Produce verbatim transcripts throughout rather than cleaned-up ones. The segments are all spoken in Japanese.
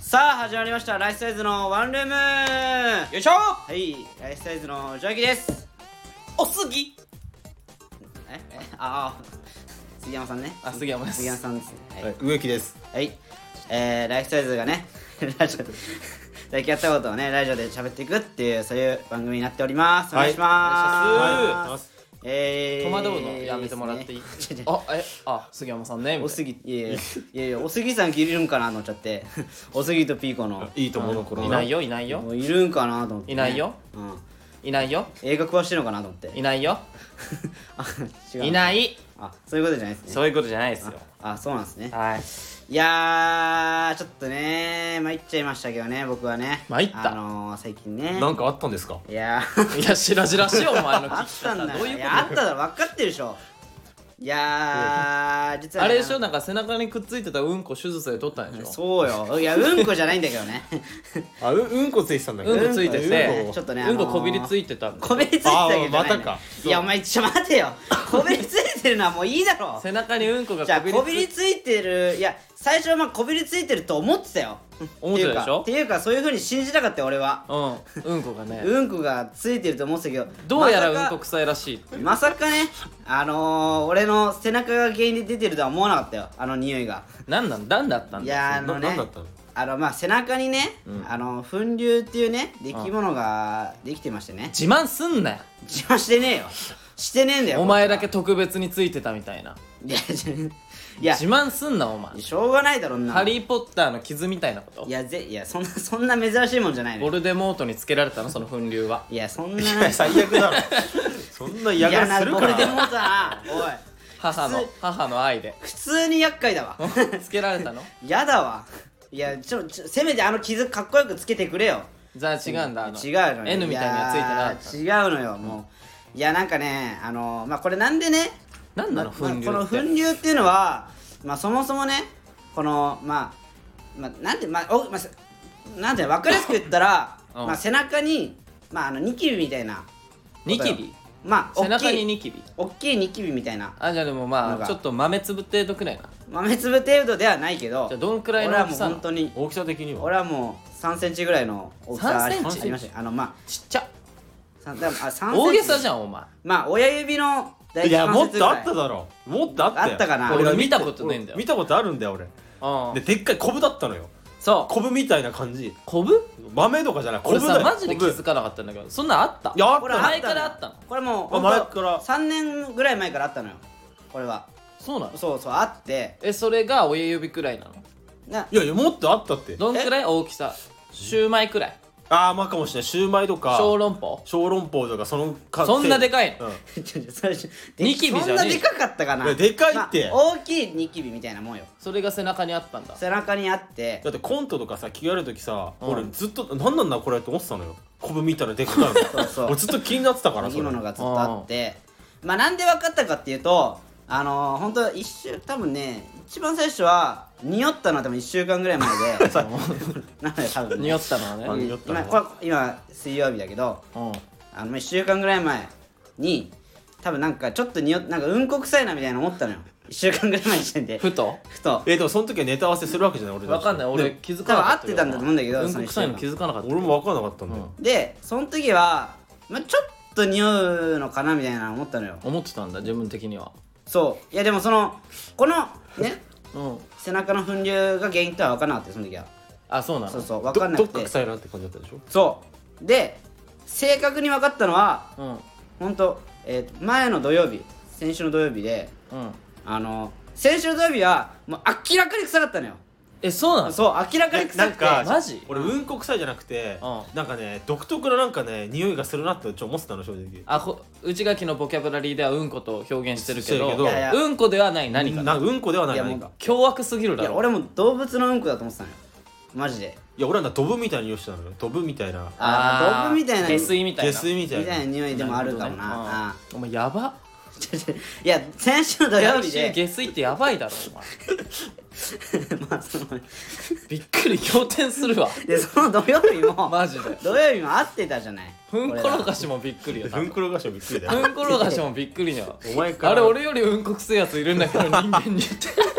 さあ始まりましたライフサイズのワンルーム。 よいしょ。 はい、ライフサイズのジョーキです。 おすぎ。 ええああ杉山さんね。 あ、杉山です。 杉山さんですね。はい、はい、 植木です。 はい、えー、ライフサイズがねラジオで最近やったことをねラジオで喋っていくっていうそういう番組になっております。お願いします。 はい、お願いします。 えー、 戸惑うのやめてもらっていい？あ、え、あ、杉山さんね。 おすぎ、いやいやいやいや、おすぎさんいるんかなと思っちゃっておすぎとピーコのいいともの頃いないよ、いないよ。 もういるんかなと思って、ね、 いないよ。 うん、 いないよ。 映画詳しいのかなと思っていないよ。 あ、違う。 いない。 あ、そういうことじゃないですね。 そういうことじゃないですよ。 あ、そうなんですね。 はい。 いやー、ちょっとね参っちゃいましたけどね、僕はね。 参った。 あのー、最近ね。 なんかあったんですか？ いやーいや、しらじらしいよ、お前の聞あっきたんだよ。 方。どういうこいや、あっただろ、分かってるでしょ。いやー、実と？ は、 あれでしょ、なんか背中にくっついてたうんこ手術で取ったんでしょ。 そうよ。いや、うんこじゃないんだけどねあ、う、うんこついてたんだけど。 うんこついてて、 ちょっとね、 うんここびりついてたんだ。 こびりついてたけどじゃない、ね、 あーまたか。 いや、お前ちょっと待てよ。こびりついてるのはもういいだろ。 背中にうんこがじゃあこびこびりりついてついてる、いや最初はまあこびりついてると思ってたよ。 思ってたでしょっていうか、っていうかそういう風に信じたかったよ俺は。 うん、うんこがね。 うんこがついてると思ってたけど、 どうやらまさかうんこ臭いらしいって。 まさかね、あのー、俺の背中が原因で出てるとは思わなかったよ、あの匂いが。 なんなん、なんだったんいだよ。 やー、あのねななんだったの？ あのまあ背中にね、 うんあの粉瘤っていうね出来物ができてましてね。 自慢すんなよ。 自慢してねえよ。してねえんだよ。 お前だけ特別についてたみたいな。 いやいや自慢すんなお前。 しょうがないだろんな。 ハリー・ポッターの傷みたいなこと。 いやぜいやそんなそんな珍しいもんじゃないのよ。 ボルデモートにつけられたの、その粉瘤は。 いやそんな最悪だろ。そんな嫌がらせするかボルデモら。 ートだな。おい母の母の愛で普通に厄介だわ。 つけられたの。 やだわ。いやちょちょせめてあの傷かっこよくつけてくれよ。 じゃあ違うんだ、あの違うのよ。 N みたいなのついてなかった。 いや違うのよもう。いやなんかねあのまあこれなんでね、 なんなの粉瘤って。 まあこの粉瘤っていうのはまあそもそもねこのまあまあなんてまあおまあなんて分かりやすく言ったらうんまあ背中にまああのニキビみたいなニキビ。 まあ背中大きいにニキビ。 大きいニキビみたいな。 あ、じゃあでもなんかまあちょっと豆粒程度くらいな。 豆粒程度ではないけど、 じゃあどんくらいの俺はもう大きさなの？ 本当に大きさ的には。 俺はもうさんセンチぐらいの大きさありさんセンチありましたよ。あのまあちっちゃ。 さんだからあさん大げさじゃん。 ゃんお前。 まあ親指の大いや、もっとあ関節ぐらいっただろ。もっとあったよ。 あったかな。 俺見たことねえんだよ見たことあるんだよ俺。 うんで、でっかいコブだったのよ。 そうコブみたいな感じ。 こぶ。 豆とかじゃない。コ俺ブだよ。 さマジで気コブづかなかったんだけど、そんなんあった？ いや、あっこれた前からあったの？ これもうあほんと前からさんねんぐらい前からあったのよこれは。 そうなの？ そうそうあって。 え、それが親指くらいなの？ ないやいや、もっとあったって。 どんくらい大きさ？シューマイくらい？ あー、まあかもしれない。シューマイとか。 小籠包？ 小籠包とか、そのかそんなでかいの？ うん。 ちょちょそれでニキビじゃねえそんなでかかったかな。 いやでかいってまあ大きいニキビみたいなもんよ。 それが背中にあったんだ。 背中にあってだってコントとかさ着替えるときさ、 うん俺ずっとなんなんだこれって思ってたのよ。コブみたいなでっかいの。 そうそう俺ずっと気になってたから生きそれ。 物がずっとあって、まあなんで分かったかっていうとあのー、本当一週多分ね一番最初は匂ったのは多分いっしゅうかんぐらい前でなので多分、ね、 匂ったのはね。 あ匂ったの今これ今水曜日だけどうん。 あのいっしゅうかんぐらい前に多分なんかちょっと匂っなんかうんこ臭いなみたいな思ったのよ。いっしゅうかんぐらい前に時点でふとふとえでもその時はネタ合わせするわけじゃない俺たち。 わかんない、俺で気づかなかったよ。 多分合ってたんだと思うんだけどうんこ臭いの気づかなかったよ。 俺も分かんなかったんだよ。 でその時は、まあ、ちょっと匂うのかなみたいな思ったのよ。 思ってたんだ、自分的には。 そういやでもそのこのねうん。 背中の粉瘤が原因とは分からなかったよその時は。 あ、そうなの？ そうそう分どどっかかんなくて臭いなって感じだったでしょ。 そうで正確に分かったのはうん。 ほんと、えー、前の土曜日先週の土曜日でうん。 あの先週の土曜日はもう明らかに臭かったのよ。 え、そうなの？ そう明らかに臭くてなんかマジ？ 俺うんこ臭いじゃなくて、 うんなんかね独特ななんかね匂いがするなってちょっと思ってたの正直。 あ、ほ内垣のボキャブラリーではうんこと表現してるけど、 してるけどいやいやうんこではない何かなうんこではないいやもう何か。 凶悪すぎるだろ。 いや俺も動物のうんこだと思ってたのよマジで。 いや俺はなドブみたいな匂いしてたのよ。ドブみたいなあードブみたいな下水みたいな。 下水みたいな。 みたいな匂いでもあるかもな。 なるほどねあうんお前やば。 ーいや先週の土曜日で来週下水ってやばいだろお前。 まあそのびっくり仰天するわ。 でその土曜日もマジで。 土曜日も会ってたじゃない。 ふんころがしもびっくりよ。 ふんころがしょびっくりだよ。 ふんころがしもびっくりよ。 お前からあれ俺よりうんこくせえやついるんだけど人間に言って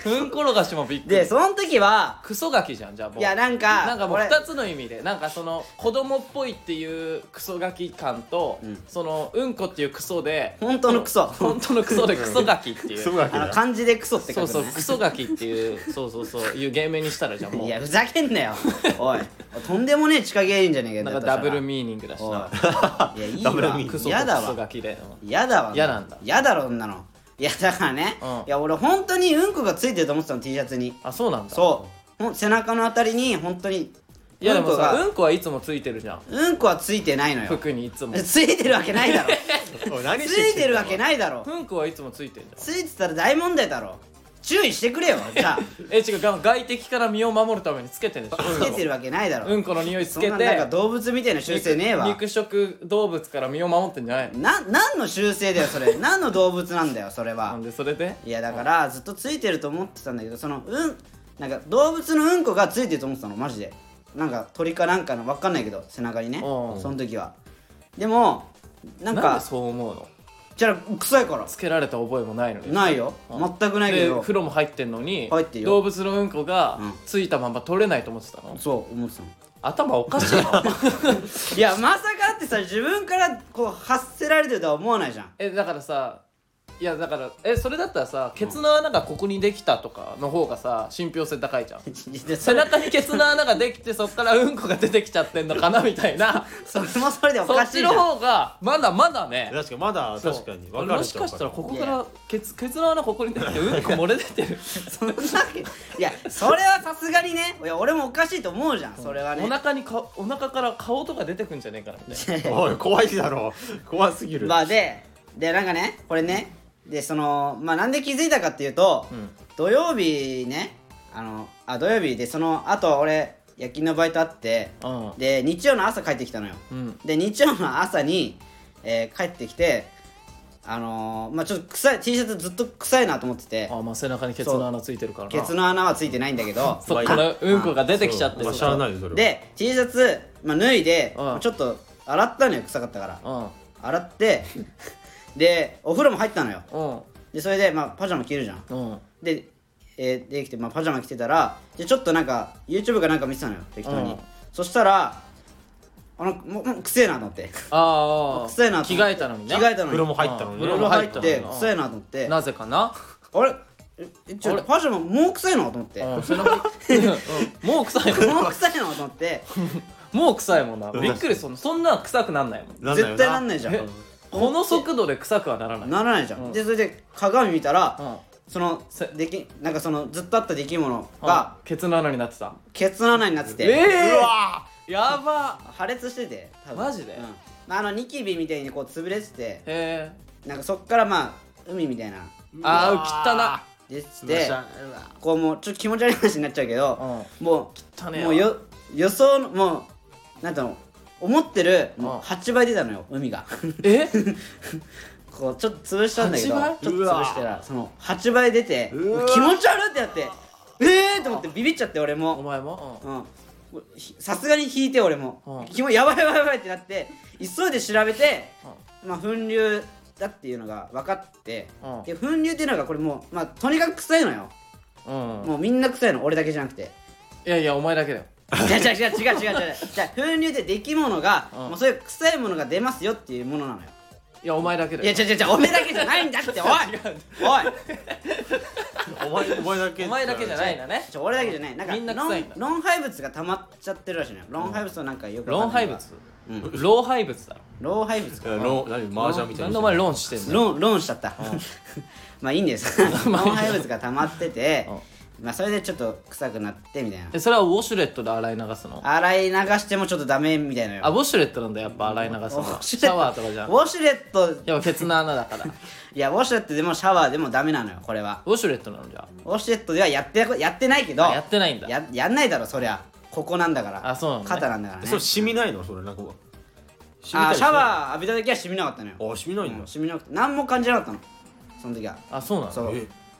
うんころがしもびっくりでその時はクソガキじゃんじゃあもういやなんかなんかもう俺ふたつの意味でなんかその子供っぽいっていうクソガキ感と、 うんそのうんこっていうクソで本当のクソ本当のクソでクソガキっていうクソガキだあの漢字でクソってそうそう書くのねクソガキっていうそうそうそういう芸名にしたらじゃあもういやふざけんなよおいとんでもねえ地下芸人じゃねえかよなんかダブルーミーニングだしおいないやいいわダブルミーニングクソとク嫌だわソガキで嫌だわ嫌なんだ嫌だろそんなのいやだからね、 うんいや俺本当にうんこがついてると思ってたの T シャツにあそうなんだそうほん背中のあたりに本当にいやでもうんこがさうんこはいつもついてるじゃんうんこはついてないのよ服にいつもついてるわけないだろおい何つしていてるわけないだろうんこはいつもついてるじゃんついてたら大問題だろ注意してくれよじゃあえ違うが外敵から身を守るためにつけてんでしょつけてるわけないだろうんこの匂いつけそんななんかて動物みたいな習性ねえわ肉食動物から身を守ってんじゃないのな何の習性だよそれ何の動物なんだよそれはなんでそれでいやだからずっとついてると思ってたんだけどそのうんなんか動物のうんこがついてると思ってたのマジでなんか鳥かなんかの分かんないけど背中にねうんその時はでもなんなんかでそう思うのじゃあ臭いからつけられた覚えもないのにないようん全くないけでど風呂も入ってんのに入ってるよ動物のうんこがうんついたまま取れないと思ってたのそう思ってたの頭おかしいのいやまさかってさ自分からこう発せられてるとは思わないじゃんえだからさいやだからえそれだったらさケツの穴がここにできたとかの方がさ信憑性高いじゃんでそ背れ中にケツの穴ができてそっからうんこが出てきちゃってんのかなみたいなそれもそれでおそっちのかしいじゃん方がまだまだね確かにまだそう確かに分かるもしかしたらここかいやらケツケツの穴ここにできてうんこ漏れ出てるそんなわけいやそれはさすがにねいや俺もおかしいと思うじゃんそれはねお腹にかお腹から顔とか出てくんじゃねえかなみたいなおい怖いだろ怖すぎるまあででなんかねこれねでそのまあなんで気づいたかっていうと、 うん土曜日ねあのあ土曜日でそのあと俺夜勤のバイトあってうんで日曜の朝帰ってきたのようんで日曜の朝に、えー帰ってきてあのー、まあちょっと臭い T シャツずっと臭いなと思っててあまあ背中にケツの穴ついてるからなケツの穴はついてないんだけどそっからうんこが出てきちゃってるまあしゃあないよそれはで T シャツ、まあ、脱いで、 うんちょっと洗ったのよ臭かったからうん洗ってでお風呂も入ったのようんでそれで、まあ、パジャマ着るじゃんうんで、えーできて、まあ、パジャマ着てたらでちょっとなんか YouTube かなんか見てたのよ適当に、 うんそしたらあのももうくせえなと思ってああ臭いなと着思って替えたのにね着替えたのに風呂も入ったのに風ね呂入って風呂入ったのにくせえなと思ってなぜかなあれええちょあれパジャマもうくせえのと思ってうん背中にうんもう臭いもんもうくせえのと思ってもう臭いもんなびっくりそんそんな臭くなんないもんなんだよ絶対なんないじゃんえこの速度で臭くはならないならないじゃん、 うんでそれで鏡見たら、 うんそのせできなんかそのずっとあった出来物ががケツの穴になってたケツの穴になってて、 えうわやば破裂してて多分マジでうんまあ、あのニキビみたいにこう潰れててへえなんかそっからまあ海みたいなあー汚なでしーてうわこうもうちょっと気持ち悪い話になっちゃうけど、もう汚ねえわもうよ予想のもうなんていうの思ってるもうんうはちばい出たのよ海がえこうちょっと潰したんだけどはちばいちょっと潰したらそのはちばい出てうわもう気持ち悪いってなってええーと思ってビビっちゃって俺おも前もうんひさすがに引いて俺もうん気もやばいやばいやばいってなって急いで調べてまあ粉瘤だっていうのが分かってうんで粉瘤っていうのがこれもうまあとにかく臭いのようんうんもうみんな臭いの俺だけじゃなくていやいやお前だけだよ違う違う違う違う違う違うじゃあ粉瘤って出来物がうんもうそういう臭いものが出ますよっていうものなのよいやお前だけだよいや違う違う違う俺だけじゃないんだっておいおいお前お前だけお前だけじゃないんだねちょ俺だけじゃないなんかみんな臭いんだロンロンハイブツが溜まっちゃってるらしいのよロンハイブツとなんかよくロわかんないンハイブツうんローハイブツだろロンハイブツいかやロン何マージャンみたいなんなでお前ロンしてんだよロンロンしちゃったまあいいんですロンハイブツが溜まっててまあそれでちょっと臭くなってみたいなえそれはウォシュレットで洗い流すの洗い流してもちょっとダメみたいなのよあウォシュレットなんだやっぱ洗い流すのウォはシシュレットャワーとかじゃんウォシュレットやっぱケツの穴だからいやウォシュレットでもシャワーでもダメなのよこれはウォシュレットなのじゃウォシュレットではやってやってないけどあやってないんだややんないだろそりゃここなんだからあそうなのね肩なんだからねそれ染みないのそれなんかあシャーワー浴びた時は染みなかったのよあ染みないんだうん染みなくて何も感じなかったのその時はあそうなのそうえ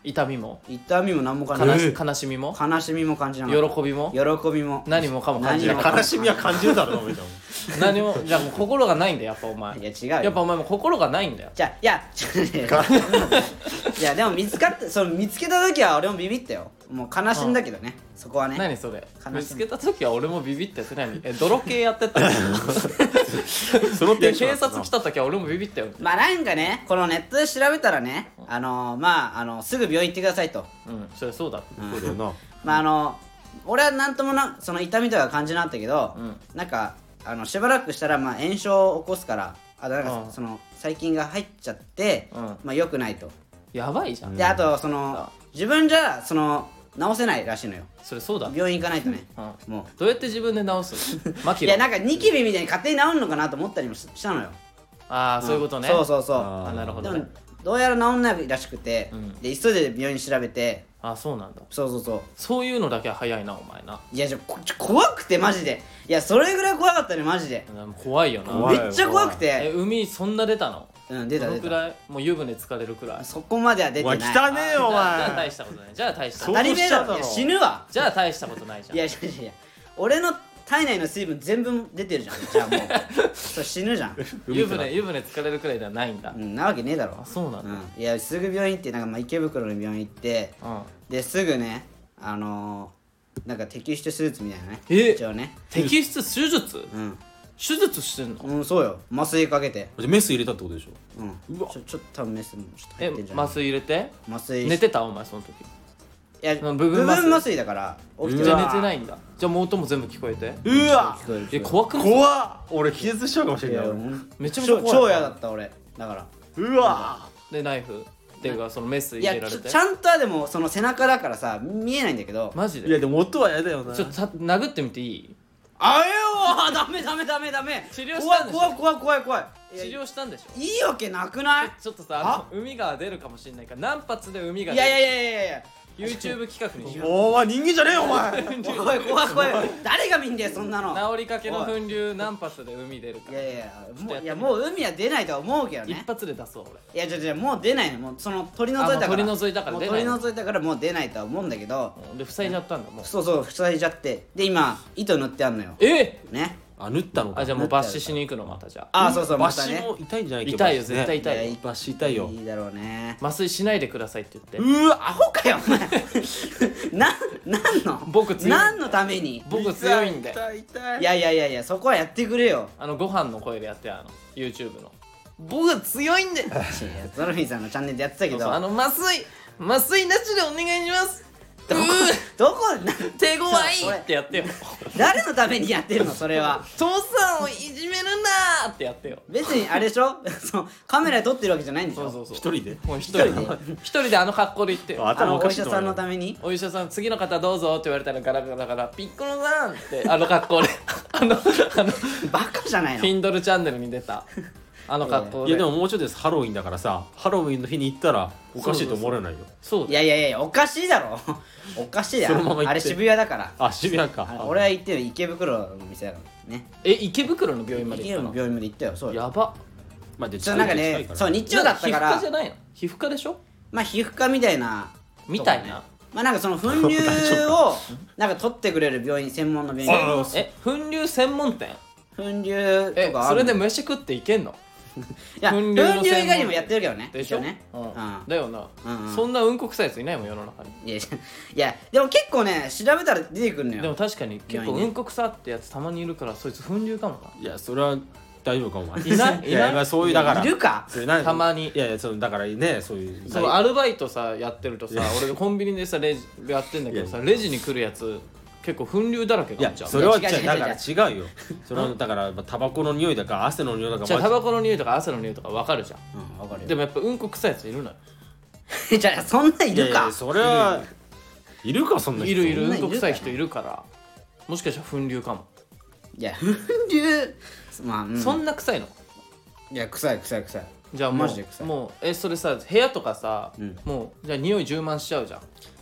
痛みも痛みも何も感じない、 悲し悲しみも悲しみも感じなかった喜びも喜びも何もかも感じ何もなかっ悲しみは感じるだろうなみたいた何もじゃあもう心がないんだよやっぱお前いや違うよやっぱお前も心がないんだよじゃあいやちょっとねいやでも見つかってその見つけた時は俺もビビったよもう悲しんだけどね、そこはね何それ悲しい見つけた時は俺もビビってって何え泥系やってたのなそのいやテンションだったな警察来た時は俺もビビったよまあなんかねこのネットで調べたらねあのー、まああのすぐ病院行ってくださいとうんそれそうだそうだよなまああの俺はなんともなその痛みとか感じなかったけど、 うんなんかあのしばらくしたらまあ炎症を起こすからあなんかうんその細菌が入っちゃって、 うんまあ良くないとやばいじゃんであとその自分じゃその治せないらしいのよそれそうだ病院行かないとねうんもどうやって自分で治すのマうキロいやなんかニキビみたいに勝手に治るのかなと思ったりもししたのよああそういうことねそうそうそうああなるほでもどねどうやら治んないらしくて、 うんで急いで病院調べてあそうなんだそうそうそうそういうのだけは早いなお前ないやじゃこちょ怖くてマジでいやそれぐらい怖かったねマジで怖いよな怖いめっちゃ怖くえて海そんな出たのうん出た出たどのくらいもう湯船疲れるくらいそこまでは出てないお前汚ねえよおじゃあじゃあ前大したことないじゃあ大したそう当たり前だろそうしちゃうだろいや死ぬわじゃあ大したことないじゃんいやいやいやいや俺の体内の水分全部出てるじゃんじゃあもうそれ死ぬじゃん湯船湯船疲れるくらいではないんだうんなわけねえだろあそうなんだうんいやすぐ病院行ってなんかまあ池袋の病院行ってうんですぐねあのー、なんか摘出手術みたいなねえ一応ね摘出手術うん手術してんのうんそうよ麻酔かけてじゃあメス入れたってことでしょうんうわちょちょっと多分メスもちょっとえ入ってんじゃない麻酔入れて麻酔寝てたお前その時いや部部分麻酔分麻酔だから起きてるじゃあ寝てないんだじゃあもう音も全部聞こえてうわ聞こえるえ怖くない怖っ俺気絶しちゃうかもしいれないやほんめちゃめちゃ怖い超超嫌だった俺だからうわでナイフっていうかそのメスいや入れられてちょちゃんとはでもその背中だからさ見えないんだけどマジでいやでも音は嫌だよなちょっとさ殴ってみていいあえよダメダメダメダメ治療したんでしょ怖い怖い怖い怖いいや治療したんでしょいいわけなくないちょっとさあの海が出るかもしれないから何発で海が出るいやいやいやいやいや YouTube 企画にしよお前人間じゃねえよお前怖い怖い怖い誰が見んだよそんなのう治りかけの粉流何発で海出るかいやいやもとやってみういやもう海は出ないとは思うけどね一発で出そう俺いやじゃじゃもう出ないのもうその取り除いたからあもう取り除いたからもう出ない取り除いたからもう出ないとは思うんだけどうんで塞いじゃったんだもうそうそう塞いじゃってで今糸塗ってあんのよえねあ縫ったのかあじゃあもう抜歯しに行くのまたじゃあああそうそうまたねバシも痛いんじゃないけど痛いよ絶対痛いよいやバシ痛いよいいだろうね麻酔しないでくださいって言ってうわアホかよお前ななんの僕強い何のために僕強いんで痛い痛いいやいやいやいやそこはやってくれよあのご飯の声でやってあの YouTube の僕は強いんでいやゾルフィンさんのチャンネルでやってたけどそうそうあの麻酔麻酔なしでお願いしますどこうどこなー手強いってやってよ誰のためにやってるのそれは父さんをいじめるなーってやってよ別にあれでしょそうカメラで撮ってるわけじゃないんでしょそうそうそう一人でもう一人で一人であの格好で行ってよああ頭のお医者さんおかしいと思うのためにお医者さん次の方どうぞって言われたらガラガラガラピッコロさんってあの格好であのあのバカじゃないのフィンドルチャンネルに出たあの格好でいやでももうちょっとですハロウィンだからさハロウィンの日に行ったらおかしいと思われないよそういやいやいやおかしいだろおかしいだそのまま行ってろあれ渋谷だからあ渋谷かあの俺は行ってる池袋の店だからねえ池袋の病院まで池袋の行ったの病院まで行ったよそうよやばまあでちょなんかねそう日曜だったか皮膚科らじゃないの皮膚科でしょまあ皮膚科みたいなみたいな、 まあなんかその粉瘤をなんか取ってくれる病院専門の病院あえ粉瘤専門店粉瘤えとかあるそれで飯食っていけんのいや粉粉瘤瘤の専門以外にもやってるけどねでしょ、 一応ねうんうんだよな、 うんうんそんなうんこ臭いやついないもん世の中にいやいやでも結構ね調べたら出てくるのよでも確かに結構うんこ臭ってやつたまにいるからそいつ粉瘤かもないやそれは大丈夫かお前いないいやいやそういうだからいるかそれなたまにいやいやそのだからねそういうそうアルバイトさやってるとさ俺コンビニでさレジやってんだけどさレジに来るやつ結構粉瘤だらけいやなんじゃんそれは違う違う違うだから違うよそれはだからタバコの匂いだか汗の匂いだかじゃあタバコの匂いとか汗の匂いとか分かるじゃんうんわかるよでもやっぱうんこ臭いやついるのよじゃあそんないいやいやるかそれはいるかそんな人いるいるそんなんいるうんこ臭い人いるからもしかしたら粉瘤かも、 いや粉瘤まあうんそんな臭いのいや臭い臭い臭いじゃあもマジで臭いうもうえそれさ部屋とかさ、 うんもうじゃあ匂い充満しちゃうじゃん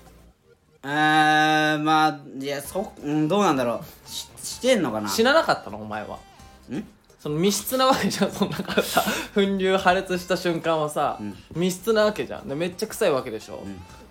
えー、まあいやそ、うん、どうなんだろうししてんのかな死ななかったのお前はんその密室なわけじゃんその中さ粉瘤破裂した瞬間はさ、 うん密室なわけじゃんでめっちゃ臭いわけでしょ、 ん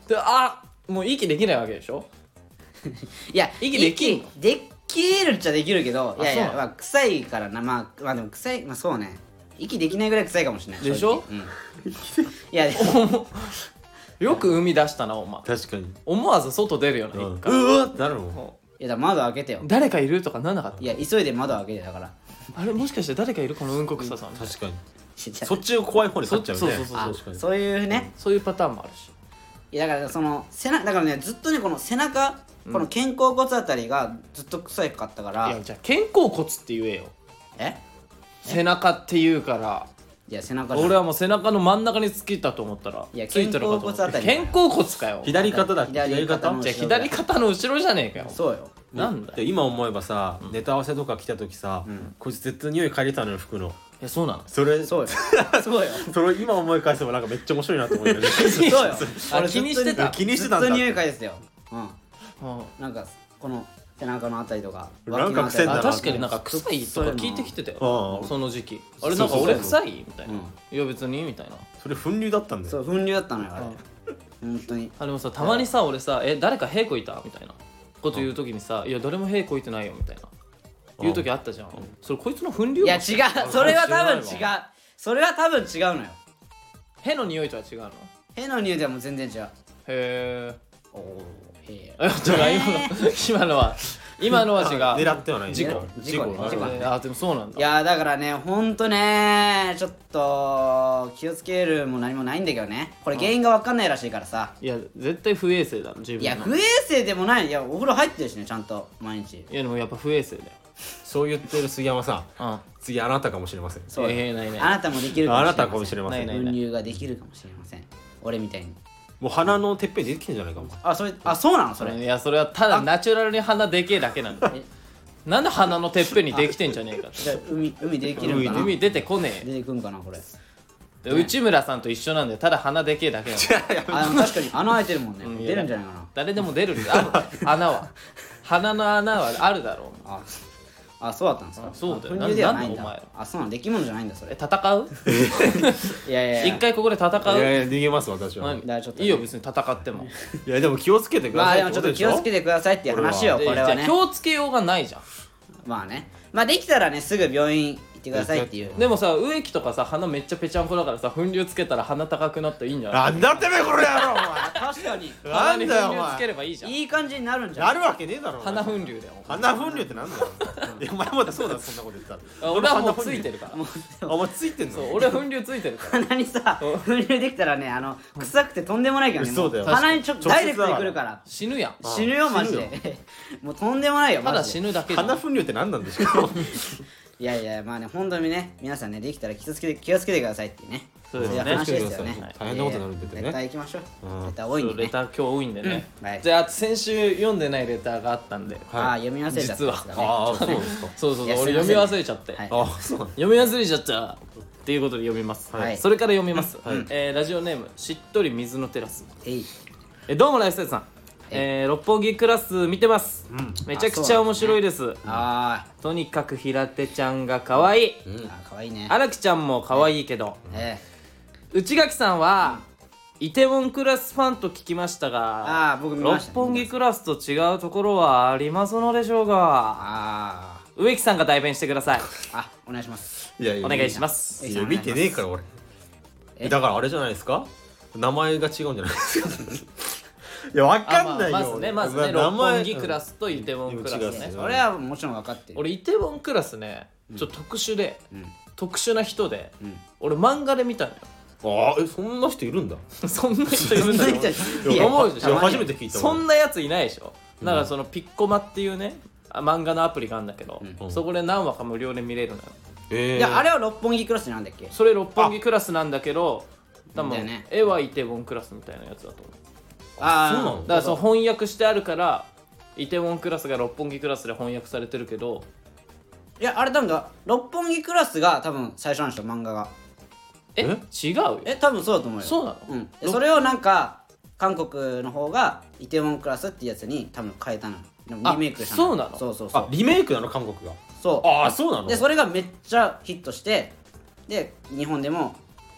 であもう息できないわけでしょ。 いや息できんの息できるっちゃできるけど、いやいや、 あそうなのまあ、臭いからな、まあまあでも臭い、まあそうね、息できないぐらい臭いかもしれないでしょ正直うん、いやでよく海出したなお前。 確かに思わず外出るよなうんう一回。 わってなるもん。 もいやだから窓開けてよう誰かいるとかなんなかったいや急いで窓開けてだからあれもしかして誰かいるこのうんこ臭さん。 確かにそそっちの怖い方に立っちゃうね。 そそうそうそうあ確かにそういうね、 そういうパターンもあるし。 いやだからその背中だからねずっとねこの背中、この肩甲骨あたりがずっと臭かったから、 いやじゃあ肩甲骨って言えよ。 え背中って言うからいや背中じゃん俺はもう背中の真ん中につけたと思ったらいやついてるかと思った肩甲骨あたり肩甲骨かよ。 左肩だ左左肩のじゃあ左肩の後ろじゃねえかよ。 そうよなんだよ。 で今思えばさ、ネタ合わせとか来た時さ、こいつ絶対匂い嗅いでたのよ服の。 えそうなの。 それそうよそうよそれ今思い返せばなんかめっちゃ面白いなと思うよね。 そうよあ俺気にしてた気にしてたんだずっと匂い嗅いでたようんうんなんかこの背中のあたりとかなんか癖んだなあ確かになんか臭いとか聞いてきてたようんその時期。あれなんかそうそうそう俺臭いみたいな。 うんいや別にみたいな。 それ粉流だったんだよ。 そう粉流だったのよあれ本当にあでもさたまにさ俺さえ誰か屁こいたみたいなこと言う時にさいや誰も屁こいてないよみたいな言う時あったじゃん。それこいつの粉流いや違うそれは多分違う知らなそれは多分違うのよ屁の匂いとは違うの。 屁の匂いではもう全然違うへえ。 おおへあ違う今の今のは今のは違う。 狙ってはないね。 事故事故ねあ事故えーあでもそうなんだ。 いやだからねほんとねちょっと気をつけるも何もないんだけどねこれ原因が分かんないらしいからさいや絶対不衛生だろ自分の。 いや不衛生でもないいやお風呂入ってるしねちゃんと毎日いやでもやっぱ不衛生だよ。 そう言ってる杉山さん、 うん次あなたかもしれません。 そうよえーないないあなたもできるかもしれませんあなたかもしれません。 ない分流ができるかもしれません俺みたいにもう鼻のてっぺんに出てきてんじゃないかも。 あそれあそうなのそれいやそれはただナチュラルに鼻でけえだけなんだよ。 えなんで鼻のてっぺんにできてんじゃねえかって。 じゃあ海海できるのかな海出てこね出てくんかなこれえで内村さんと一緒なんだよ。ただ鼻でけえだけなんだよ。 あでも確かに穴開いてるもんね、 うん出るんじゃないかな誰でも出るんだよある穴は鼻の穴はあるだろう。 ああそうだったんですかあそうだよあ粉流ではないんなんなんだお前だあそうなの出来物じゃないんだそえれ戦ういやいやいや一回ここで戦う。 いやいや逃げます私は。 何いだからちょっとねいいよ別に戦っても。 やでも気をつけてくださいまあでもちょっと気をつけてくださいっていう話よでこれはねじゃあ気をつけようがないじゃん。 まあねまあできたらねすぐ病院行ってくださいっていうでもさ植木とかさ鼻めっちゃぺちゃんこだからさ粉流つけたら鼻高くなっていいんじゃない。 なんだってめえこれやろお前。 確かに鼻に粉流なんだよお前つければいいじゃん。 いい感じになるんじゃないなるわけねえだろ。 鼻粉流だよ。 鼻粉流ってなんだよ。いやお前まだそうだそんなこと言ったら。 あ俺はもうついてるから。 もうあお前ついてんの。 そう俺は粉流ついてるから。 鼻にさ粉流できたらねあの臭くてとんでもないけどねそうだよも鼻にちょ直接だからダイレクトで来るから死ぬやん。 死ぬよマジでもうとんでもないよただマジで死ぬだけじゃん。 鼻粉流って何なんでしょう。 いやいやまあね本当にね皆さんねできたら気をつけて気をつけてくださいっていうねそうですねいう話ですよねはい大変なことになるんでねレター行きましょううんレター多いんそうレでねター今日多いんでね、 うんはいじゃあ先週読んでないレターがあったんで、 ああ読み忘れちゃったんですかねああそうですか。 そうそうそういやすいません俺読み忘れちゃって、 はいあそうなんだ。 読み忘れちゃったっていうことで読みます、 はいそれから読みます、 はいえーラジオネームしっとり水のテラス、 えいえどうもライステさん、えー六本木クラス見てます、めちゃくちゃ面白いです、 あとにかく平手ちゃんが可愛い、 ーあかわいいね荒木ちゃんも可愛いけど、 え内垣さんは、イテウォンクラスファンと聞きましたがあー僕見ま六した本木クラスと違うところはありますのでしょうか。 あ植木さんが代弁してください。 ーあお願いしますいやいやお願いします。 いや見てねえから俺。 えだからあれじゃないですか。名前が違うんじゃないですか。いやわかんないよ。 まあまずねまずね名六前本木クラスとイテウォンクラスねうん違う。 それはもちろん分かってる俺イテウォンクラスねちょっと特殊で、 うん特殊な人で、 うん俺漫画で見たのよ。 ああえそんな人いるんだ。 そんな人いるんだよ。 いや思うでしょ。 いや初めて聞いたわそんなやついないでしょ。だからそのピッコマっていうねあ漫画のアプリがあるんだけど、 うんそこで何話か無料で見れるのよ。 えいやあれは六本木クラスなんだっけそれ六本木クラスなんだけど多分だよね絵はイテウォンクラスみたいなやつだと思う。 あそうなのだからその翻訳してあるからイテウォンクラスが六本木クラスで翻訳されてるけど、 いやあれ多分だ六本木クラスが多分最初なんですよ漫画がええ違うよ。 え多分そうだと思うよそうなのうんでそれをなんか韓国の方がイテウォンクラスっていうやつに多分変えたのでもあリメイクしたそうなのそうそうそうあリメイクなの韓国が。 そうああそうなの。 でそれがめっちゃヒットしてで日本でも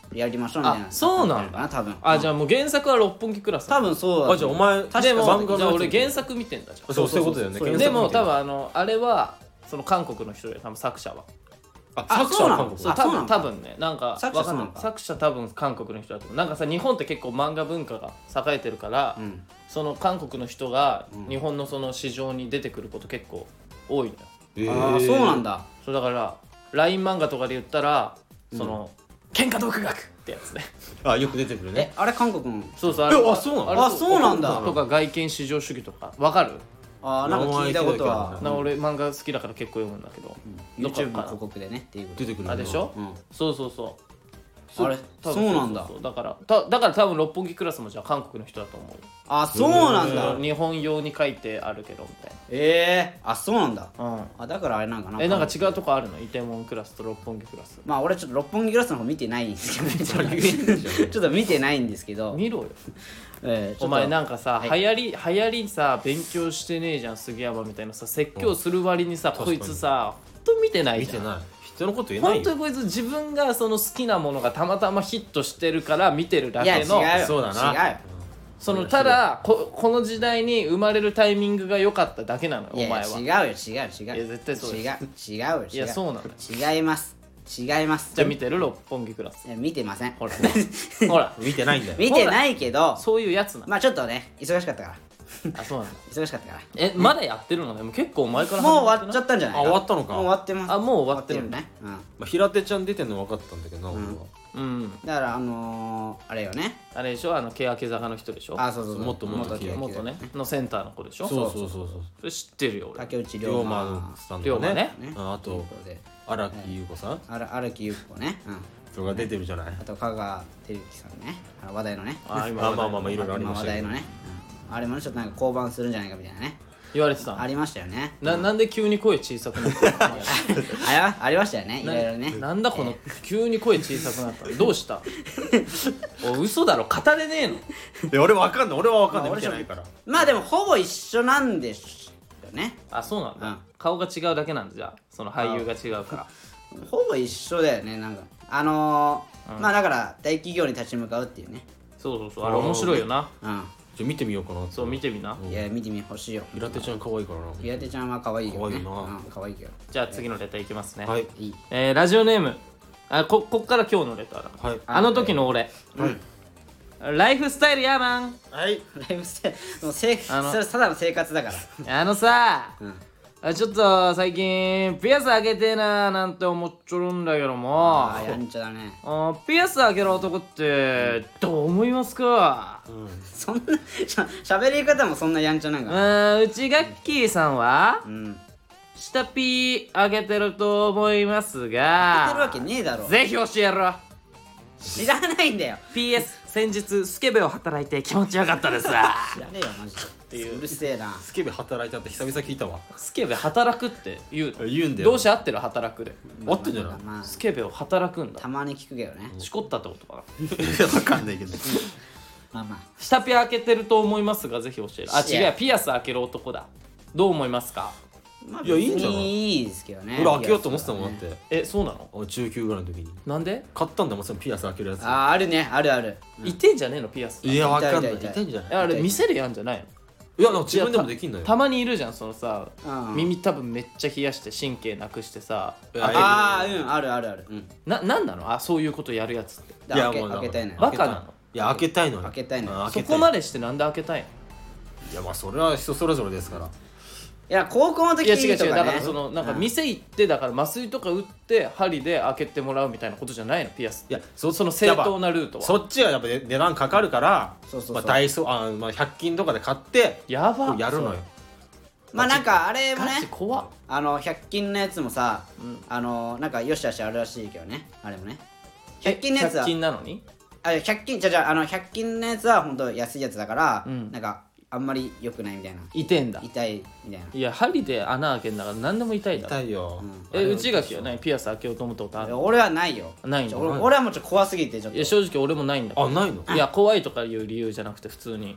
やりましょうみたいな。 あそうなんだかな多分。 あじゃあもう原作は六本木クラス多分そうだ。 あじゃあお前確かでも漫画のじゃあ俺やつ原作見てんだじゃんそうそういうことだよねそうそうそう原作見てるでも多分あのあれはその韓国の人で多分作者はああ作者は韓国そう多分あそうなんだ多分ねなんか作者わかんないそうなんだ作者多分韓国の人だと思うなんかさ日本って結構漫画文化が栄えてるから、 うんその韓国の人がうん日本のその市場に出てくること結構多いのよ、 えーああそうなんだ。 そうだから ライン 漫画とかで言ったらその、喧嘩独学ってやつねあよく出てくるえねあれ韓国の。 そうそうえあそうなのれあそうなんだとか外見至上主義とかわかるああなんか聞いたことはうんな俺漫画好きだから結構読むんだけど、どっか YouTube のから広告でねっていうこと出てくるあでしょ、 うんそうそうそうあれ多分そうなんだそうそうだからただから多分六本木クラスもじゃあ韓国の人だと思うよあそうなんだ。 日本用に書いてあるけどみたいええあそうなんだ。 な、うん、 あだからあれなんかな。 えなんか違うとこあるのイテウォンクラスと六本木クラスまあ俺ちょっと六本木クラスの方見てないんですけどちょっと見てないんですけど、 見ろよえーちょっとお前なんかさ、 はい流行り流行りさ勉強してねえじゃん杉山みたいなさ説教する割にさ、 うんこいつさほんと見てないじゃん見てない人のこと言えないよ本当にこいつ自分がその好きなものがたまたまヒットしてるから見てるだいや違けのうよそうだな違うよそのただここの時代に生まれるタイミングが良かっただけなのよいやお前はいや違うよ違うよ違うよいや絶対そう違うです違うよ違ういやそうなのよ違います違いますじゃあ見てる六本木クラスいや見てませんほらほら見てないんだよ見てないけどそういうやつなのまあちょっとね忙しかったからあそうなんだ忙しかったかえまだやってるのねもう結構前かららもう終わっちゃっったんじゃないかあ終わったのかもう終わってますあもう終わってるんだねうんまあ、平手ちゃん出てんの分かったんだけどな、俺はうんだからあのー、あれよねあれでしょあの欅坂の人でしょあそうそうそうもっともっと欅元ねのセンターの子でしょそうそうそうそうそれ知ってるよ俺竹内龍涼馬馬さんとかねねねああとで荒木優子さんあら荒木優子ねうんとか出てるじゃないあと香川照之さんねあの話題のねあ今あまあまあまあいろいろあり今ましたけど話題のね、うん、あれもねちょっとなんか降板するんじゃないかみたいなね言われてたのありましたよねななんで急に声小さくなったのあれはありましたよねいろいろねななんだこの急に声小さくなったのどうしたお嘘だろ語れねえのいや俺分かんない俺は分かんないまあ見てないからまあでもほぼ一緒なんですよねあそうなんだ、 うん顔が違うだけなんだじゃあその俳優が違うからほぼ一緒だよねなんかあのーうんまあだから大企業に立ち向かうっていうねそうそうそうあれ面白いよなうじゃあ見てみようかなってそう見てみな、 んいや見てみほしいよ平手ちゃん可愛いからな平手ちゃんは可愛いけどね可愛いなうん可愛いけどじゃあ次のレターいきますね、 はいいいえー、ラジオネームあここっから今日のレターだはいあの時の俺、ライフスタイルやマンはいライフスタイルもうせあのそれただの生活だからあのさうんあちょっと最近ピアス開けてえななんて思っちょるんだけどもあーやんちゃだねあピアス開ける男ってどう思いますかそんなしゃ喋り方もそんなやんちゃなんうかーんうちガッキーさんはうん下ピー開けてると思います言ってがるわけねえだろぜひ教えろ知らないんだよピーエス 先日スケベを働いて気持ちよかったです知らねえよマジでっていううるせえなスケベ働いたって久々聞いたわスケベ働くって言うの言うんだよどうし合ってる働くで合ってんじゃないまあスケベを働くんだたまに聞くけどねしこったってことかな分かんないけどまあまあ下ピア開けてると思いますがぜひ教えるあいや違うピアス開ける男だどう思いますかまあいやいいんじゃない別にいいですけどね俺開けようと思ってたもんだってえそうなの俺中きゅうぐらいの時になんで買ったんだもんそのピアス開けるやつあーあるねあるあるいてんじゃねえのピアスいや分かんない痛い痛い痛いんじゃないえあれ店でやんじゃないのいやなんか自分でもできんのよたまにいるじゃんそのさうん耳多分めっちゃ冷やして神経なくしてさいやああうんあるあるあるうんななんなのあそういうことやるやつってだから開けもう開けたいのよバカなのいや開けたいのよ開けたいのよあ開けたいそこまでしてなんで開けたいのいやまあそれは人それぞれですからいや高校の時いや違う違うとかねだからそのなんか店行ってだから麻酔とか打って針で開けてもらうみたいなことじゃないのピアスっていやそその正当なルートはそっちはやっぱ値段かかるからそうそうそうまあダイソーあまあひゃく均とかで買ってやばこうやるのよまあなんかあれもガチね怖っあのひゃく均のやつもさうんあのなんかよしあしあるらしいけどねあれもねひゃえく均のやつはひゃく均なのにあひゃく均じゃじゃあのひゃく均のやつは本当安いやつだからうんなんかあんまり良くないみたいな痛えんだ痛いみたいないや針で穴開けんだから何でも痛いだろ痛いようんえ内垣は何ピアス開けようと思ったことあるいや俺はないよないのちょ俺俺はもうちょっと怖すぎてちょっといや正直俺もないんだけどあないのいや怖いとかいう理由じゃなくて普通に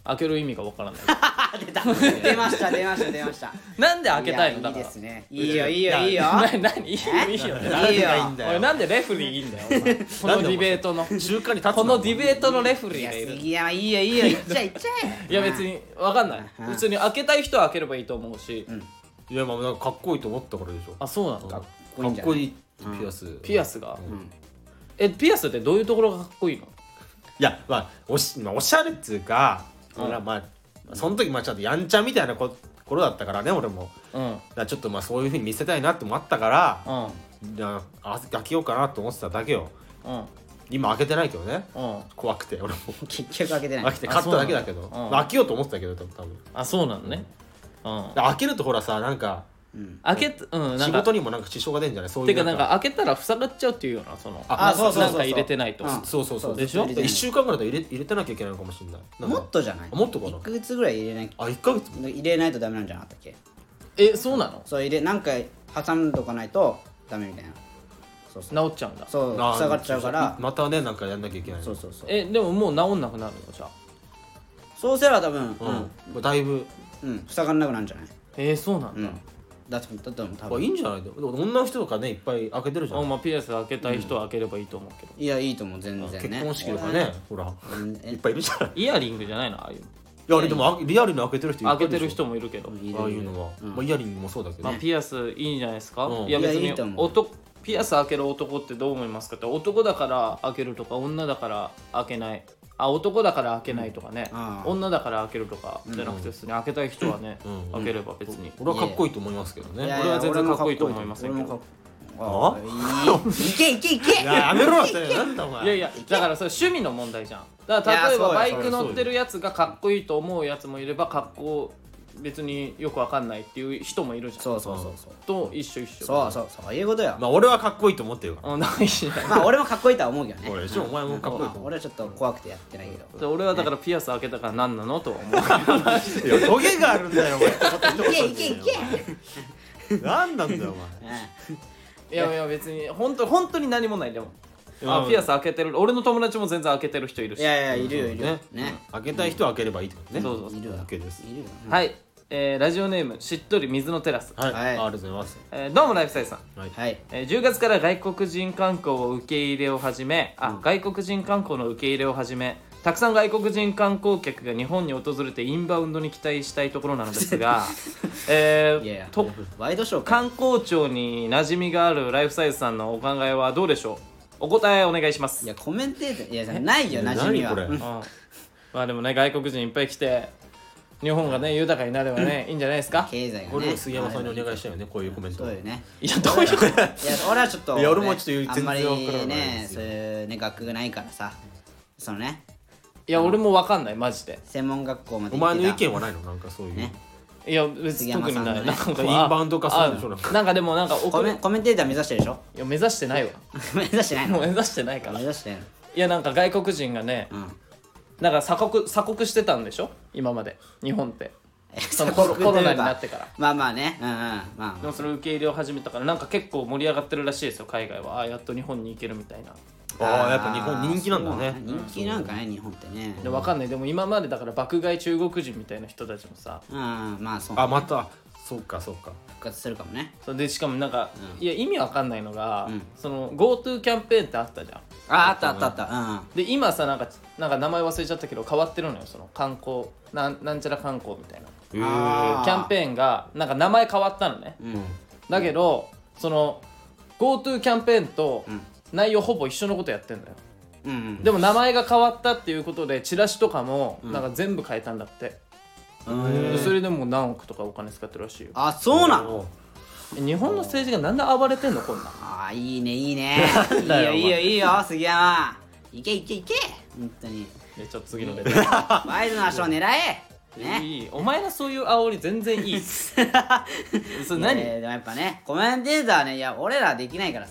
開ける意味がわからない出た出ました出ました出ましたなんで開けたいのいやいいだからですねいいよいいよいいよな何いいよいいよいいよがいいんだよおいなんでレフリーいいんだよお前このディベートの中間に立つなこのディベートのレフリいやーがいる杉山いいよいいよいっちゃえいっちゃえいや別にわかんないうん普通に開けたい人は開ければいいと思うしいやまあなんかかっこいいと思ったからでしょあそうなのかっかこいいんじゃないっこいいピアスピアスがうんえピアスってどういうところがかっこいいのいやまあおし,、まあ、おしゃれっつうか、 うん俺はまあその時まあちょっとやんちゃみたいなこ頃だったからね俺もうんだからちょっとまあそういう風に見せたいなってもあったからうんじゃあ開けようかなと思ってただけようん今開けてないけどねうん怖くて俺も結局開けてない開けて買っただけだけど、 そうなのうんまあ開けようと思ってたけど多分多分あそうなのねうん開けるとほらさなんかうん開けtうんなんか仕事にもなんか支障が出るんじゃないそういうてかなんか開けたら塞がっちゃうっていうようなそのああそうそうそうそうなんか入れてないとうんそうそうそうでしょいっしゅうかんぐらいだと入れ入れてなきゃいけないのかもしれないなんかもっとじゃないあもっとかないっかげつぐらい入れないあいっかげつ入れないとダメなんじゃなかったっけえそうなのそう入れ何回挟んどかないとダメみたいなそうそう治っちゃうんだそうあー塞がっちゃうからまたねなんかやんなきゃいけないそうそうそうえでももう治んなくなるのじゃあそうすれば多分うん、まあだいぶうんうん塞がんなくなるんじゃないえー、そうなんだ、 うんだってだって多まあ分いいんじゃないでも女の人とかねいっぱい開けてるじゃんあまあピアス開けたい人は開ければいいと思うけど、 いやいいと思う全然ね結婚式とかねほらうんえいっぱいいるじゃんいイヤリングじゃないのああいうのやあれでもあリアルに開けてる人いっぱいいるでしょ開けてる人もいるけど、 いるああいうのは、 うんまあ、イヤリングもそうだけど、 まあ、ピアスいいんじゃないですか、 うんいや別にいやいいと思う男ピアス開ける男ってどう思いますかって男だから開けるとか女だから開けないあ男だから開けないとかね、 ああ女だから開けるとかじゃなくて普通に開けたい人はね、 うん開ければ別に、 俺はかっこいいと思いますけどねいや俺は全然かっこいいと思いませんけど俺もかっこいいいけいけいけいややめろってなんだお前いやいやだからそれ趣味の問題じゃんだから例えばいやそうよバイク乗ってるやつがかっこいいと思うやつもいればかっこ別によくわかんないっていう人もいるじゃんそうそうそうそうと一緒一緒そうそうそういうことよまあ俺はかっこいいと思ってるからうんないしまあ俺もかっこいいとは思うけどね俺でしょお前もかっこいいとまあ思う俺はちょっと怖くてやってないけどで俺はだからピアス開けたから何なのとは思ういやトゲがあるんだよお前いけいけいけ何なんだよお前いやいや別に本当本当に何もないでもうんあピアス開けてる俺の友達も全然開けてる人いるしいやいやいるよいるよねね開けたい人は開ければいいってことねそうそうそういるよ OK ですいるよはい、えーラジオネームしっとり水のテラス、 はい、 はいありがとうございますえーどうもライフサイズさんはい、 はいえーじゅうがつから外国人観光を受け入れを始めあ、外国人観光の受け入れを始めたくさん外国人観光客が日本に訪れてインバウンドに期待したいところなのですが、えーいやいやとワイドショーか観光庁に馴染みがあるライフサイズさんのお考えはどうでしょうお答えお願いしますいやコメンテーターいやないよ馴染みは何これうんうんまあでもね外国人いっぱい来て日本がね豊かになればねいいんじゃないですか経済がね俺も杉山さんにお願いしたよねこういうコメントそうよねいやどういうこといや俺はちょっといや俺もちょっとねあんまり全然わからないねですよそういうね学がないからさそのねいや俺も分かんないマジで専門学校までお行ってた前の意見はないのなんかそういう、 ねいや別に特にない杉山さんのねなんかインバウンド化するんでしょあなんかなんかでもなんかおコメコメンテーター目指してるでしょいや目指してないわ目指してないのもう目指してないからい目指してないのやなんか外国人がねうんなんか鎖国鎖国してたんでしょ今まで日本ってえそのコロコロナになってからまあまあねうんうんまあでもそれ受け入れを始めたからなんか結構盛り上がってるらしいですよ海外はああやっと日本に行けるみたいなああやっぱ日本人気なんだそうね人気なんかね日本ってねで分かんないでも今までだから爆買い中国人みたいな人たちもさうんまあそうあまたそうかそうか復活するかもねそれでしかもなんか、いや意味わかんないのが、 うんその GoTo キャンペーンってあったじゃんああったあったあったうんで今さなんかなんか名前忘れちゃったけど変わってるのよその観光なんなんちゃら観光みたいなへえあーキャンペーンがなんか名前変わったのねうんだけどその GoTo キャンペーンとうん内容ほぼ一緒のことやってんだようんうんでも名前が変わったっていうことでチラシとかもなんか全部変えたんだって、でそれでもう何億とかお金使ってるらしいよあそうなのえ日本の政治がなんで暴れてんのこんなんああいいねいいねいいだよよいいよいいよ杉山いけいけいけ本当にえちょっと次のレベルワイドな足を狙えねいいお前のそういう煽り全然いいそれ何、 いやいやでもやっぱねコメンテーターねいや俺らできないからさ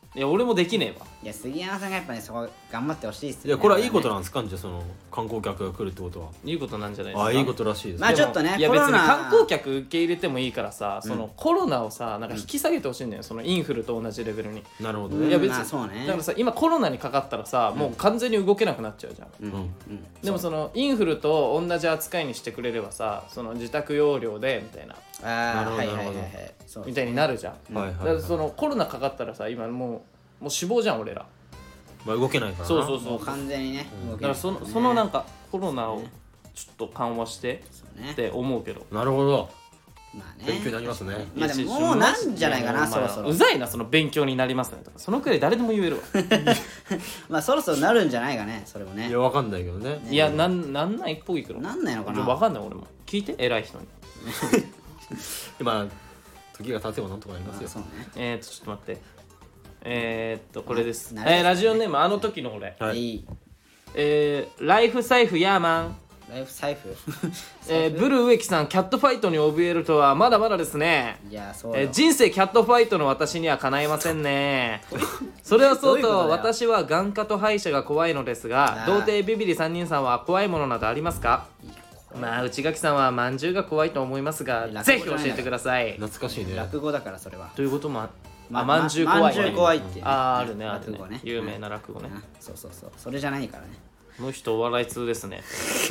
いや俺もできねえわ。 いや杉山さんがやっぱねそこ頑張ってほしいっすよね。 いやこれはいいことななんですかじゃあその観光客が来るってことは。 いいことなんじゃないですか。 ああいいことらしいですまあちょっとねいや別にコロナ観光客受け入れてもいいからさ、そのコロナをさなんか引き下げてほしいんだよ、そのインフルと同じレベルに。 なるほどうんね。 いや別に、 まあそうねだからさ今コロナにかかったらさ、もう完全に動けなくなっちゃうじゃん。 うんうんでもそのインフルと同じ扱いにしてくれればさ、その自宅養療でみたいなああなるほどはいはいはいはなるほいそうみたいになるじゃん。 はいはいはいだからそのコロナかかったらさ今もうもう死亡じゃん俺ら。 まあ動けないからな。 そうそうそうもう完全にね動けないだからそのそのなんかコロナをちょっと緩和してそうねって思うけど。 なるほど。 まあね勉強になりますね。 まあでももうなんじゃないかなやそろそろうざいなその勉強になりますねとかそのくらい誰でも言えるわ。 まあそろそろなるんじゃないかねそれもねいやわかんないけどね。 いやなんなんないっぽいけど。 なんないのかなちょわかんない俺も聞いて偉い人に。 まあ時が経てばなんとかなりますよ。 まあそうねえーっとちょっと待って。えーっとこれです。 ななるえーラジオネームあの時の俺。 はいいいえーライフ財布ヤーマン。 ライフ財布えーブルー植木さんキャットファイトに怯えるとはまだまだですね。 いやそうよえー人生キャットファイトの私にはかないませんね。それはそうどういうことだよと私は眼科と歯医者が怖いのですが、 あー童貞ビビリさんにんさんは怖いものなどありますか？まあ内垣さんはまんじゅうが怖いと思いますが、 落語ぜひ教えてください。 懐かしいね。 落語だからそれはということもあまあまんじゅう怖い、 まんじゅう怖いっていうねあーあるねあるね落語ね有名な落語ね。 うんそうそうそうそれじゃないからねこの人お笑い通ですね。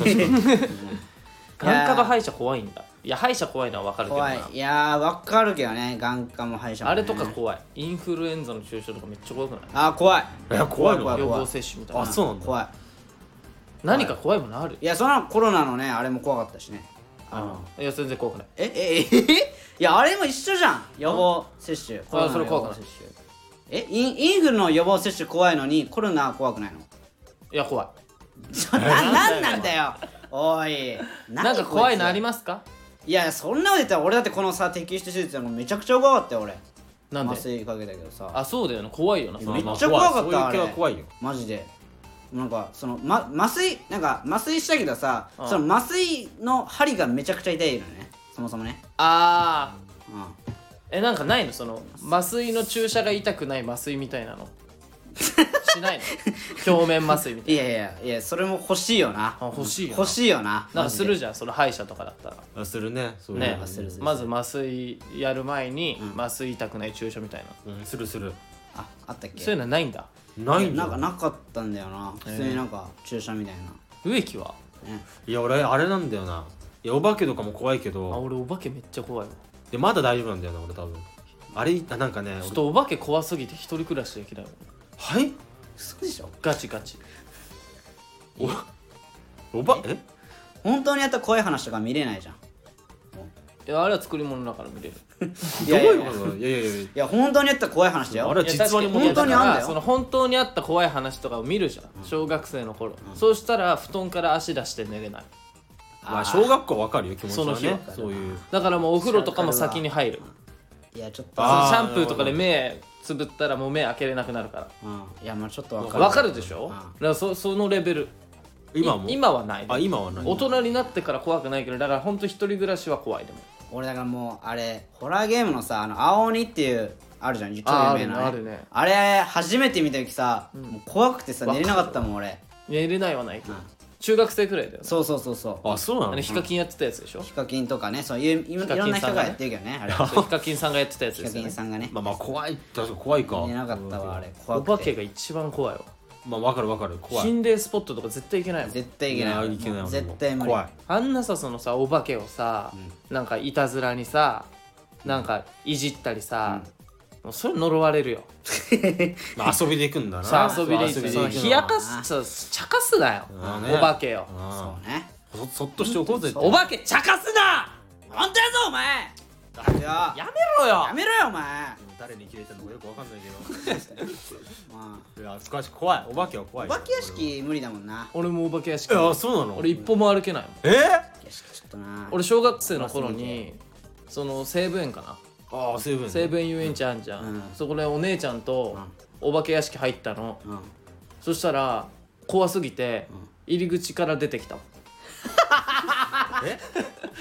眼科と歯医者怖いんだ。いや歯医者怖いのはわかるけどな。 怖いいやーわかるけどね眼科も歯医者もねあれとか怖い。インフルエンザの注射とかめっちゃ怖くない？ あー怖いいや怖いの予防怖い怖い接種みたいな。 あそうなんだ。 怖い何か怖いものある？ いやそのコロナのねあれも怖かったしねあのいや全然怖くない。 ええええいやあれも一緒じゃん予防接種コロナのそれ怖くない予防接種えインインフルの予防接種怖いのにコロナは怖くないのいや怖い。 ちょななんなんだよおいなんか怖いのありまますか？ いやそんなこと言ったら俺だってこのさ摘出手術でもめちゃくちゃ怖かったよ俺なんで？ 麻酔かけたけどさあそうだよね怖いよな。そのめっちゃ怖かったそういうあれ系は怖いよ。 マジでなんかその、ま、麻酔なんか麻酔したけどさうんその麻酔の針がめちゃくちゃ痛いのねそもそもねあうーえなんかないのその麻酔の注射が痛くない麻酔みたいなのしないの？表面麻酔みたいんいやいやいやそれも欲しいよなな。あ欲しいよな。 欲しいよななんかするじじゃんその歯医者とかだったら。 あするね。そういうのねするするまず麻酔やる前にうん麻酔痛くない注射みたいな。 うんするする。 ああったっけそういうのはないんだ。 ないんだよ。 なんかなかったんだよな普通になんか注射みたいな植木は？ ねいや俺あれなんだよな。いやお化けとかも怖いけあど、 俺お化けめっちゃ怖いわ。 でまだ大丈夫なんだよな俺多分。あれあなんかね。 ちょっとお化け怖すぎて一人暮らしできないもん。 はい。 嘘でしょガチガチ。 おばえ？ 本当にやったら怖い話とか見れないじゃんいやあれは作り物だから見れる。 どういやいやいうこと？いやいやいや。 いや本当にやったら怖い話だよあれは実話に本当にあんだよいやだからその本当にあった怖い話とかを見るじゃん、小学生の頃、そうしたら布団から足出して寝れない。 まあ小学校わかるよ気持ちはその日はね。そういう。 だからもうお風呂とかも先に入る。 いやちょっとそのあーシャンプーとかで目つぶったらもう目開けれなくなるかうんいやまあちょっとわら。 かるわかるでしょ、 うんだからそそのレベル。 今もい今はない。 あ今はない。 大人になってから怖くないけど、だから本当一人暮らしは怖いでも。 俺だからもうあれホラーゲームのさあの青鬼っていうあるじゃん超有名なあーあるねあるねあれ初めて見た時さ、もう怖くてさわかる寝れなかったもん俺寝れないはないけど、 うん中学生くらいだよね。 そうそうそうそうあそうなのあの。ヒカキンやってたやつでしょ。 ヒカキンとかねそういういいろヒカキンさんがねんな人がやってるけどねあれそうヒカキンさんがやってたやつヒカですよね。 キンさんがねまあまあ怖い確か怖いか。 寝れなかったわあれ怖おくて化けが一番怖いわ。 まあわかるわかる怖い。 心霊スポットとか絶対行けないもん。 絶対いけないやいけないもう絶対無理怖い。 あんなさそのさお化けをさ、なんかいたずらにさなんかいじったりさ、もうそれ呪われるよ。 まあ遊びで行くんだな。 さあ遊びで行っそうてその冷やかすそう茶化すなよ、 あーねお化けを。 あそうねーそそっとしておこうぜって。 お化け茶化すな。 本当やぞお前だってよやめろよやめろよお前誰に切れてるのかよくわかんないけど。 まいや少し怖い。お化けは怖いよ。 あお化け屋敷無理だもんな俺もお化け屋敷いやそうなの。 俺一歩も歩けないもん。 えー、 屋敷ちょっとな俺小学生の頃にその西武園かな、 ああ西武園。 西武園遊園地あんじゃん、 うんそこでお姉ちゃんとお化け屋敷入ったの、 うんそしたら怖すぎて入り口から出てきたもん。 え？あ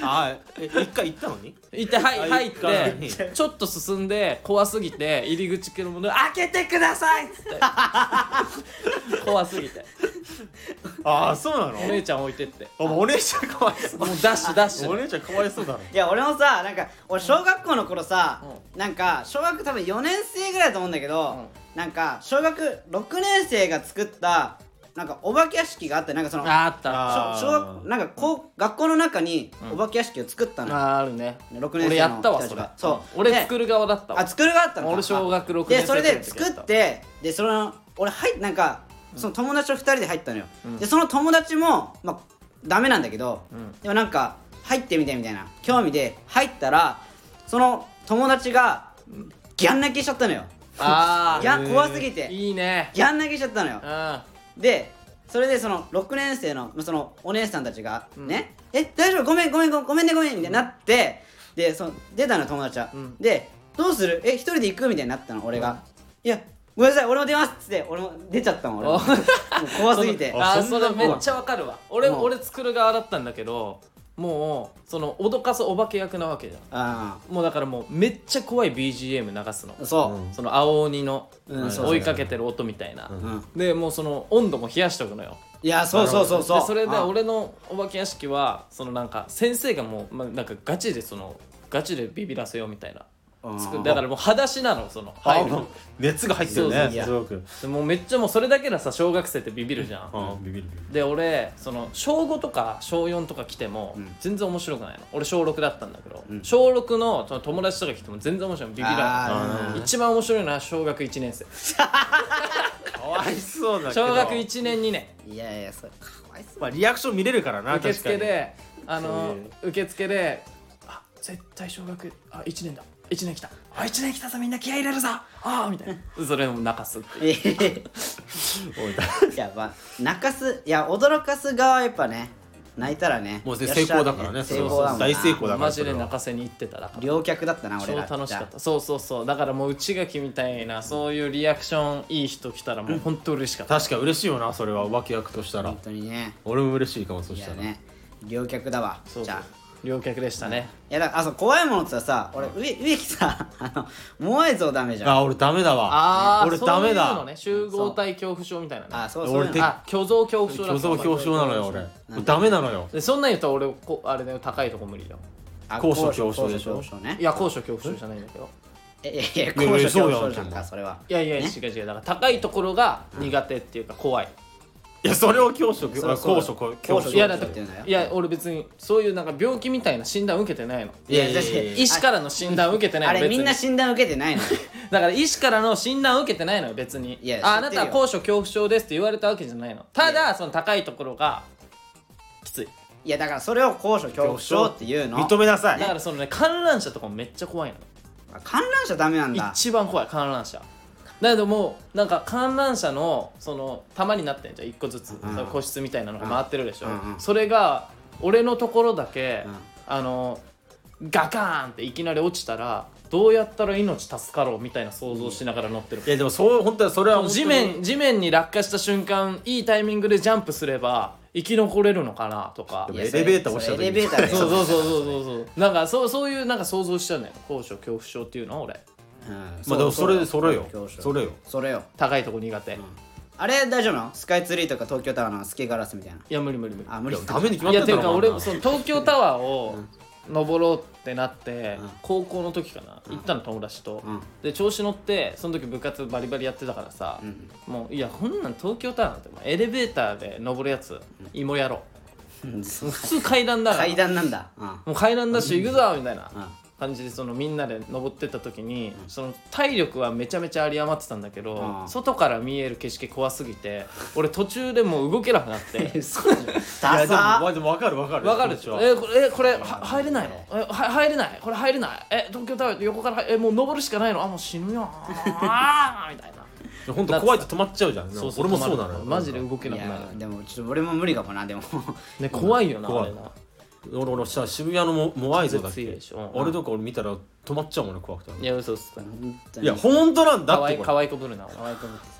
あえ一回行ったのに行ってはい入っあ行かないてちょっと進んで怖すぎて入り口からも開けてくださいっつって怖すぎてああそうなのお姉ちゃん置いてってあお姉ちゃんかわいそうもうダッシュダッシュお姉ちゃんかわいそうだろいや俺もさなんか俺小学校の頃さ、なんか小学多分よねん生ぐらいだと思うんだけど、なんか小学ろくねん生が作ったなんかお化け屋敷があって、なんかそのああったあ小小学なんかこう学校の中にお化け屋敷を作ったのよ、 ああるねろくねん生の俺やったわそれ人たちがそうで俺作る側だったわあ作る側だったのか俺小学ろくねん生でそれで作くらいの時やったってでその俺入っなんかその友達とふたりで入ったのよ、でその友達もまあダメなんだけど、でもなんか入ってみてみたいな興味で入ったらその友達がギャン泣きしちゃったのよあギャン怖すぎてあいいねギャン泣きしちゃったのようんでそれでそのろくねん生のそのお姉さんたちがね、え大丈夫ごめんごめんごめんねごめんみたいになってでその出たの友達は、 うんでどうするえ一人で行くみたいになったの俺が、いやごめんなさい俺も出ますっつって俺も出ちゃったもん俺もおもう怖すぎてああーそそんな怖いれめっちゃわかるわ俺うん俺作る側だったんだけどもうその脅かすお化け役なわけじゃあんもうだからもうめっちゃ怖い ビージーエム 流すのあそう、 うんその青鬼のうんそうそう追いかけてる音みたいなうんうんでもうその温度も冷やしとくのよいやそうそうそうそうでそれであ俺のお化け屋敷はそのなんか先生がもう、まあ、なんかガチでそのガチでビビらせようみたいなうん作るだからもう裸足なのそのあ入る熱が入ってるそうそうねすごくでもうめっちゃもうそれだけでさ小学生ってビビるじゃんあビビるビビるで俺その小ごとか小よんとか来てもうん全然面白くないの俺小ろくだったんだけど、 うん小ろくのその友達とか来ても全然面白いのビビらあない一番面白いのは小学いちねん生かわいそうだけど小学いちねんにねいやいやそれかわいそうまあリアクション見れるからな受付であのそう受付であ絶対小学あいちねんだいちねん来たあいちねん来たぞみんな気合い入れるぞああみたいなそれを泣かすっていういやいやまあ泣かすいや驚かす側はやっぱね泣いたらねもう成功だからね成功だもんな大成功だからマジで泣かせに行ってただから両脚だったな超俺ら楽しかったそうそうそうだからもう内垣みたいなそういうリアクションいい人来たらもうほんと嬉しかった確かに嬉しいよなそれはお化け役としたら本当にね俺も嬉しいかもそいしたらやね両脚だわそうじゃあ両脚でしたねいやだからあそう怖いものってさ俺植植木さあのモアイ像ダメじゃんあ俺ダメだわああ俺ダメだそういうのね集合体恐怖症みたいなねあそうそういうの俺てあ虚像恐怖症だ虚像恐怖症なのよ俺俺ダメなのよでそんなん言うと俺こあれだよ高いとこ無理よあ高所恐怖症でしょ高所恐怖症ねいや高所恐怖症じゃないんだけどえいやいやいや高所そうやん恐怖症じゃんかそれはいやいや違ねう違うだから高いところが苦手っていうか怖いいやそれを高所そりゃそうだ高所恐怖症高所いやだってって言うんだよいや俺別にそういうなんか病気みたいな診断受けてないのいやいやいや確かに医師からの診断受けてないの別にあれみんな診断受けてないのだから医師からの診断受けてないのよ別にいやああな知ってるよたは高所恐怖症ですって言われたわけじゃないのたいやだその高いところがきついいやだからそれを高所恐怖症っていうの認めなさいだからそのね観覧車とかもめっちゃ怖いの観覧車ダメなんだ一番怖い観覧車だけどもうなんか観覧車のその玉になってんじゃんいっこずつ、 んその個室みたいなのが回ってるでしょ、 うんうんそれが俺のところだけ、 うんあのガカーンっていきなり落ちたらどうやったら命助かろうみたいな想像しながら乗ってる、 いやでもそう本当はそれは本当に地面地面に落下した瞬間いいタイミングでジャンプすれば生き残れるのかなとかでもいやエレベーター押したそ時にれエレベーターでそうそうそうそうそうそうなんかそうそういうなんか想像しちゃうのよ高所恐怖症っていうの俺うんまあでもそれそれよ恐怖症それよそれよ高いとこ苦手、いあれ大丈夫なのスカイツリーとか東京タワーの透けガラスみたいなや無理無理無理あ無理いやダメに決まいってんだろやていうか俺お前その東京タワーを登ろうってなって、 うん高校の時かな行ったの友達と、 うんで調子乗ってその時部活バリバリやってたからさ、 うんもういやこんなん東京タワーなんてエレベーターで登るやつ、芋やろうん普通階段だから階段なんだうんもう階段だし行くぞみたいなうん感じでそのみんなで登ってった時に、その体力はめちゃめちゃ有り余ってたんだけど、 うん外から見える景色怖すぎて俺途中でもう動けなくなってそういやでもダサまあでも分かる分かるわかるでしょ気持ちはえこれえこれは入れないのえは入れないこれ入れないえ東京タワー横からえもう登るしかないのあもう死ぬよあーみたいな本当怖いと止まっちゃうじゃんそうそう俺もそうなのよマジで動けいなくなるやでもちょっと俺も無理かもなでもね怖いよな怖いあれな俺俺さ渋谷のモモアイ像だっけ風強いでしょ俺とか俺見たら止まっちゃうもんね怖くていや嘘っす本当にいや本当なんだ可愛いってこれ可愛い子ぶるなお前可愛くなって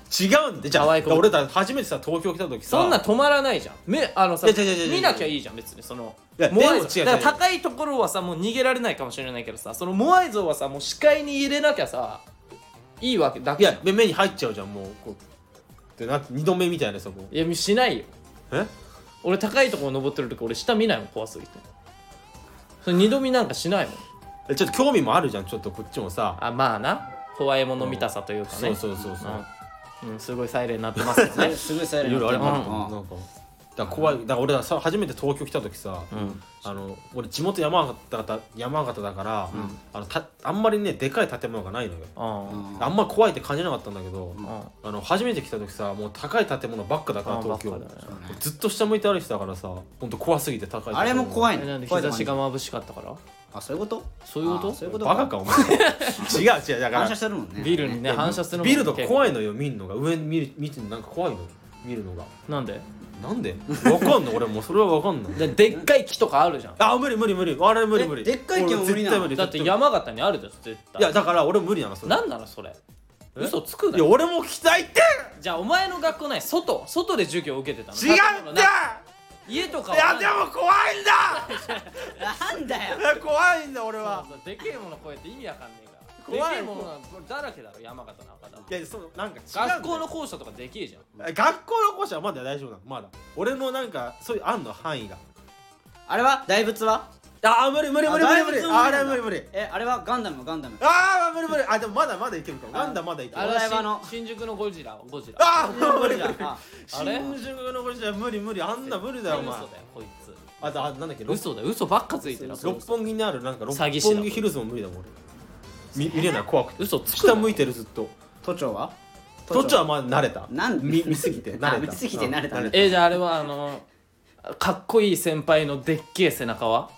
違うんでじゃあ可愛い子俺だ初めてさ東京来た時さそんな止まらないじゃん目あのさいや違う違う違う違う見なきゃいいじゃん別にそのいやモアイ像でも違う違うだから高いところはさもう逃げられないかもしれないけどさそのモアイ像はさもう視界に入れなきゃさいいわけだいけじゃんや目に入っちゃうじゃんもうこうってな二度目みたいなさこういやしないよえ俺高いところ登ってる時俺下見ないもん怖すぎてそれ二度見なんかしないもんえちょっと興味もあるじゃんちょっとこっちもさあまあな怖いもの見たさというかね、 そうそうそうそううん、うん、すごいサイレンになってますよねすごいサイレンいろいろあれもあるうんなんかだから怖いだから俺はさ初めて東京来た時さ、 うんあの俺地元山形だ山形だから、あのたあんまりねでかい建物がないのようんあんま怖いって感じなかったんだけど、 うんあの初めて来た時さもう高い建物ばっかだからあ東京、 ばっかだねずっと下向いて歩いてたからさほんと怖すぎて高い建物あれも怖いえなんで日怖い差しが眩しかったからあそういうことそういうことあそういうことバカかお前違う違うだから反射してるもんねビルにね反射するもんビルとか怖いののよ見るのが上に見る見てるのなんか怖いの見るのがなんでなんでわかんない俺もうそれはわかんないででっかい木とかあるじゃんあ無理無理無理あれ無理無理えでっかい木も無理なの俺絶対無理だって山形にあるじゃん絶対いやだから俺無理なのそれなんなのそれえ嘘つくないよや俺も来たいってじゃあお前の学校ない外外で授業受けてたの違うって家とかいやはないでも怖いんだなんだよいや怖いんだ俺はそうそうでけえもの超えて意味わかんねえから怖いでけえものがだらけだろ山形なんかだいやそのなんか違うんだよ学校の校舎とかでけえじゃん学校の校舎はまだ大丈夫なのまだ俺のなんかそういうあんの範囲があれは大仏はあー無理無理無理無理無理ああれは無理無理えあれはガンダムガンダムあー無理無理あでもまだまだいけるかもガンダムまだいけるあれはお台場の新新宿のゴジラゴジラあー無理無理ああれ新宿の校舎は無理無理あんな無理だよお前嘘だよこいつあとあなんだっけ六嘘だよ嘘ばっかついてる六本木にあるなんか六本詐欺師だ木ヒルズも無理だもん俺見見れない怖くて嘘つく下向いてるずっと都庁は都庁はまあ慣れたなん見見すぎて慣れた見すぎて慣れたうんえー、じゃああれはあのかっこいい先輩のでっけえ背中は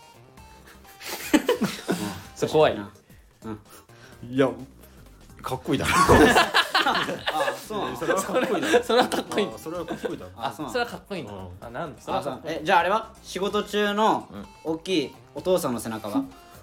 それ怖いなうんいやかっこいいだろあそうなのそれはかっこいいだろそれはかっこいいんだあそれはかっこいいだろあそうなのそれはかっこいいんだうんあなんでそれあそうはかっこいいえじゃああれは仕事中の大きいお父さんの背中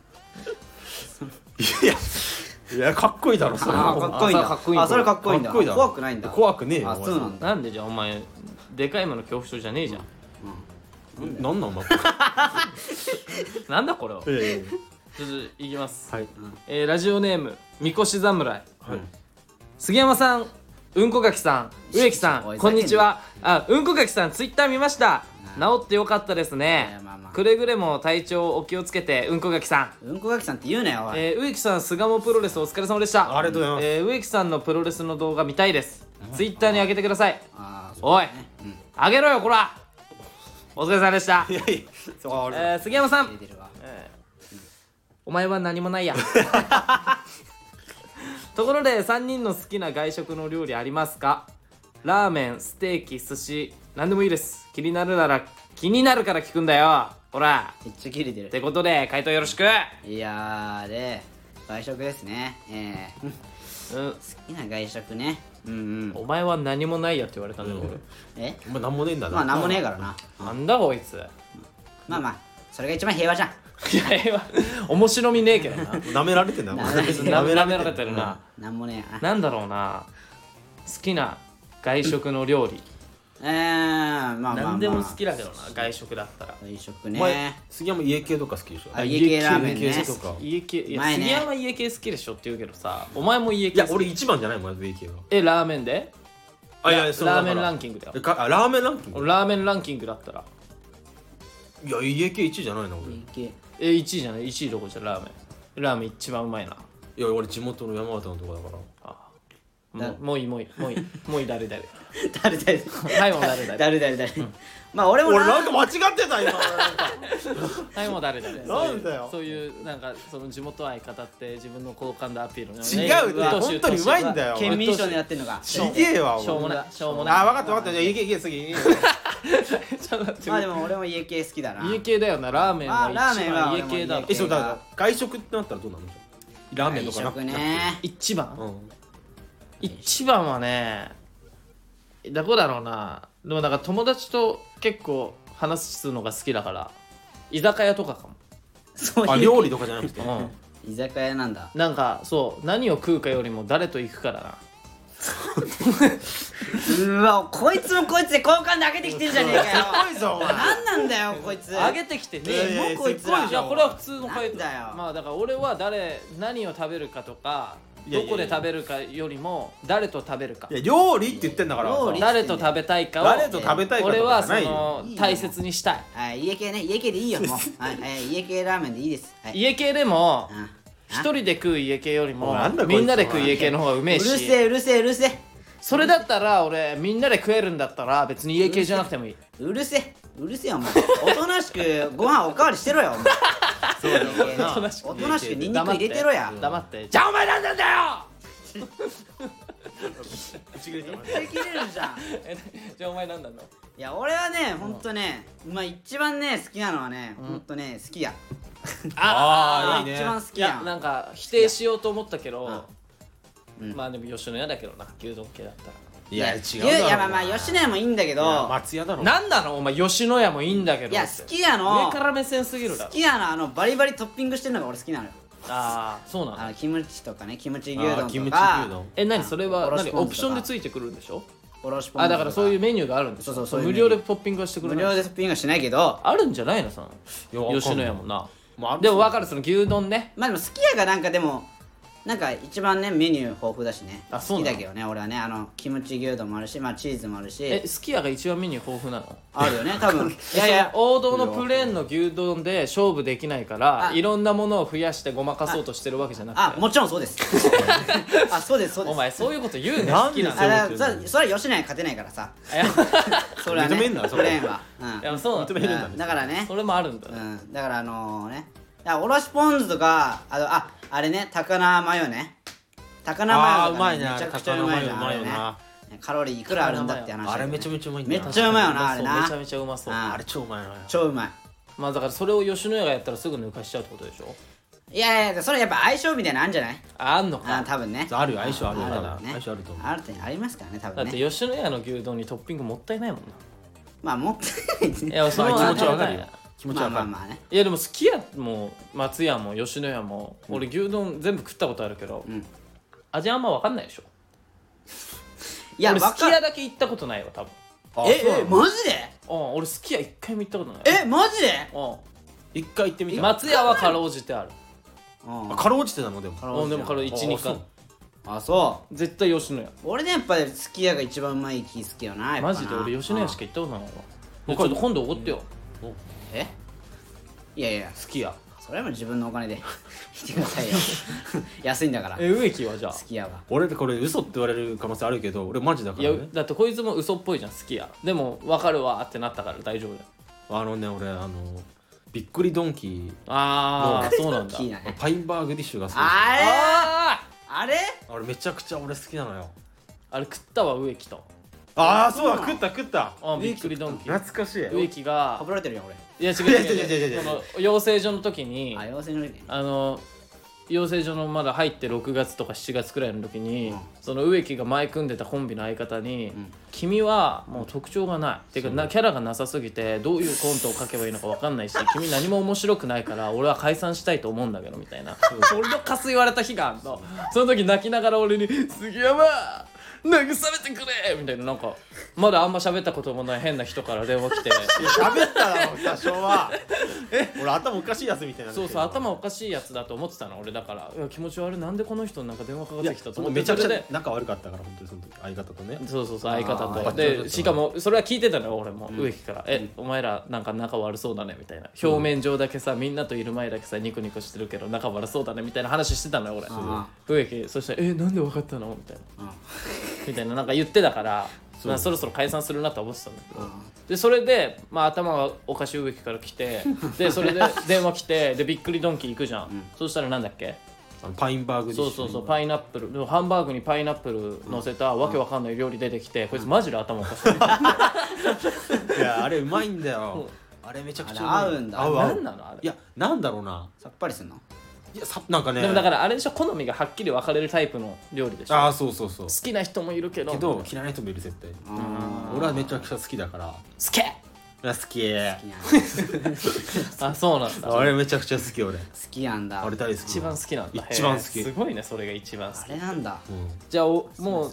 はいやいやかっこいいだろそれあーかっこいいんだあそれかっこいいんだあそれかっこいいんだかっこいいだろ怖くないんだ怖くねえよあそうなんだなんでじゃあお前でかいもの恐怖症じゃねえじゃんなんなんだなんだこれはちょっいやいやいやといきますはいえーラジオネームみこし侍はい杉山さんうんこがきさん植木さおいんこんにちはあうんこがきさんツイッター見ました治ってよかったですいねやまあまあくれぐれも体調お気をつけてうんこがきさんうんこがきさんって言うなよおいえー、植木さん、巣鴨プロレスお疲れ様でした。 ありがとうございますえー、植木さんのプロレスの動画見たいです。ツイッターに上げてください。 あーそうおい、 うん上げろよ、こら。お疲れ様でしたい。やいやそうあれえー、杉山さん、 出てるわえーお前は何もないや。ところで、さんにんの好きな外食の料理ありますか？ラーメン、ステーキ、寿司、何でもいいです。気になるなら、気になるから聞くんだよ。ほら。 めっちゃ切れてるってことで、回答よろしく。 いやーで外食ですねえーうん、 好きな外食ねうんうんお前は何もないやって言われたんだよ、 えお前なんもねえんだなまあなんもねえからな俺。なんだこいつ。 まあまあそれが一番平和じゃんいやいや面白みねえけどな舐められてんだよお前ななめられてるな、 なんもねえななんだろうな好きな外食の料理、 えーまあまあまあ何でも好きだけどな外食だったら外食お前ね杉山家系とか好きでしょあ家系ラーメンね家系とか家系いや前ね杉山家系好きでしょって言うけどさお前も家い系好きや俺一番じゃないもん家系はえラーメンであいやそのラーメンだからランキングだよえかあラーメンランキング俺ラーメンランキングだったらいや家系いちいじゃないな俺家系えいちいじゃないいちいどこじゃラーメンラーメン一番うまいないや俺地元の山形のとこだからあもうもういいもういいもういいもういい誰誰誰誰はいもう誰誰誰誰誰まあ俺も俺ななんか間違ってた今なんかはいもう誰誰なんだよそういうそういうなんかその地元愛語って自分の好感度アピールの違うってね本当にうまいんだよ県民賞狙ってんのかちげえわお前しょうもないしょうもないあ分かった分かったじゃあ家系家系次ちょっと待ってまあでも俺も家系好きだな家系だよなラーメンはあラーメンは一番家系だろ俺も家系えそうだから外食ってなったらどうなのラーメンとかな外食ね一番うん一番はねどこだろうなでもなんか友達と結構話すのが好きだから居酒屋とかかもそういうあ料理とかじゃなくてうん居酒屋なんだなんかそう何を食うかよりも誰と行くからなうわこいつもこいつで好感度上げてきてるじゃねえかよすごいぞお前なんなんだよこいつ上げてきてねいやいやもうこいつらいやこれは普通の回答なんだよまあだから俺は誰何を食べるかとかいやいやいやどこで食べるかよりも誰と食べるかいや料理って言ってんだから料理誰と食べたいかを誰と食べたいかと俺はそかじゃないよのいいよ大切にしたいはい家系ね家系でいいよもうはい、はい、家系ラーメンでいいですはい家系でもうん一人で食う家系よりもおいなんだこいつみんなで食う家系の方がうめえうるせしえうるせえうるせえそれだったら俺みんなで食えるんだったら別に家系じゃなくてもいいうるせえうるせえよお前おとなしくご飯おかわりしてろよお前そうだよ家系なおとなしくおとなしくニンニク黙って入れてろや黙ってじゃあお前なんなんだようち切れた絶対切れるじゃんえじゃあお前なんなんのいや俺はねほんとねまあ一番ね好きなのはねほんとね好きやあーいいね一番好いきやんやなんか否定しようと思ったけどうんまあでも吉野家だけどな牛丼系だったらいや違ういだろやいやまあまあ吉野家もいいんだけどいや松屋だろなんなのお前吉野家もいいんだけどいやって好きやの上から目線すぎるだろ好きやのあのバリバリトッピングしてるのが俺好きなのよああそうなのあのキムチとかねキムチ牛あー丼キムチ牛とか丼え何それはおろし何オプポン酢とかションでついてくるんでしょおろしポン酢とあだからそういうメニューがあるんでしょそうそうそういう無料でトッピングはしてくれない無料でトッピングはしないけどあるんじゃないのそのいやわかんない吉野家もなまあでも分かるその牛丼ねまあでも好きやがなんかでもなんか一番ねメニュー豊富だしねあそうなの好きだけどね俺はねあのキムチ牛丼もあるしまあチーズもあるえしすき家が一番メニュー豊富なのあるよね多分いやいや王道のプレーンの牛丼で勝負できないからあいろんなものを増やしてごまかそうとしてるわけじゃなくてあもちろんそうですあそうですそうですお前そういうこと言うねなんで好きなのあだそうからそそれは吉野家勝てないからさいやそれはね認めんなそれプレーンはうんいやそうなんだ認めるんだねうんだからねそれもあるんだうねんだからあのねだからおろしポン酢とかあのああれね高菜マヨね高菜マヨとかあーうまいねめちゃくちゃうまいじゃん高菜マあれねヨうまいよなカロリーいくらあるんだって話だよねあれめちゃめちゃうまいんだよめっちゃうまいよなあれなめちゃめちゃうまそうああれ超うまいのよ超うまいまあだからそれを吉野家がやったらすぐ抜かしちゃうってことでしょいやいやそれやっぱ相性みたいなのあるんじゃないああんのあかー多分ねあるよ相性あるよあ多分ね相性あると思うあるってありますからね多だ分ねって吉野家の牛丼にトッピングもったいないもんなまあ持ってないねいやそのまあ気持ちはわかるよい気持ちはわかるまあまあまあねやでもすき家も松屋も吉野家も俺牛丼全部食ったことあるけどうん味あんま分かんないでしょいや俺すきわか家だけ行ったことないわ多分ええあそうなのマジでうん俺すき家一回も行ったことないえマジでう一回行ってみんた松屋はかろうじてあるうんあかろうじてたのでもうんでもかろういち、にあそう回あそう絶対吉野家俺ねやっぱりすき家が一番うまい気好きよなやっぱなマジで俺吉野家しか行ったことないわうんちょっと今度おごってよえいやいやすき家それはもう自分のお金で来てくださいよ安いんだからえ植木はじゃあすき家は俺これ嘘って言われる可能性あるけど俺マジだかいやらねだってこいつも嘘っぽいじゃん好きやでも分かるわってなったから大丈夫だよあのね俺あのびっくりドンキーああそうなんだキーなねパインバーグディッシュが好きですあれああれあれめちゃくちゃ俺好きなのよあれ食ったわ植木とああそうだ食った食ったあびっくりドンキー懐かしい植木がかぶられてるやん俺いや違う違ういやいやいやいや違うその養成所の時にあ養成の時ねあの養成所のまだ入ってろくがつとかしちがつくらいの時に、 うんその植木が前組んでたコンビの相方に「 ん君はもう特徴がない」ていうかなキャラがなさすぎてどういうコントを書けばいいのか分かんないし君何も面白くないから俺は解散したいと思うんだけどみたいな俺のカス言われた日があんのその時泣きながら俺に「杉山慰めてくれ!」みたいななんかまだあんま喋ったこともない変な人から電話来て喋っただろ多少は俺頭おかしいやつみたいなそうそう頭おかしいやつだと思ってたの俺だからいや気持ち悪いなんでこの人なんか電話かかってきたと思ってめちゃくちゃそれで仲悪かったから本当にその時相方とねそうそうそう相方あーとでしかもそれは聞いてたのよ俺も、 ん植木から「えお前らなんか仲悪そうだね」みたいな表面上だけさみんなといる前だけさニコニコしてるけど仲悪そうだねみたいな話してたのよ俺あ植木そしたら「えなんで分かったの?」みたいなうんみたいななんか言ってたからそうまあそろそろ解散するなと思ってたんだけどうんでそれで、まあ、頭がおかしい植木から来てでそれで電話来てでびっくりドンキー行くじゃん、 んそしたらなんだっけあのパインバーグディッシュそうそうそうパイナップルでもハンバーグにパイナップル乗せたわけわかんない料理出てきてこいつマジで頭おかしいいやあれうまいんだよあれめちゃくちゃうまいあれ合うんだ合う合う何なのあれいやなんだろうなさっぱりすんのいやさなんかねでもだからあれでしょ好みがはっきり分かれるタイプの料理でしょああそうそうそう好きな人もいるけどけど嫌いな人もいる絶対あ俺はめちゃくちゃ好きだから好きいや好きーあそうなんだあれめちゃくちゃ好き俺好きなんだ俺大好き一番好きなんだ一番好きへーすごいねそれが一番好きあれなんだうんじゃあおもう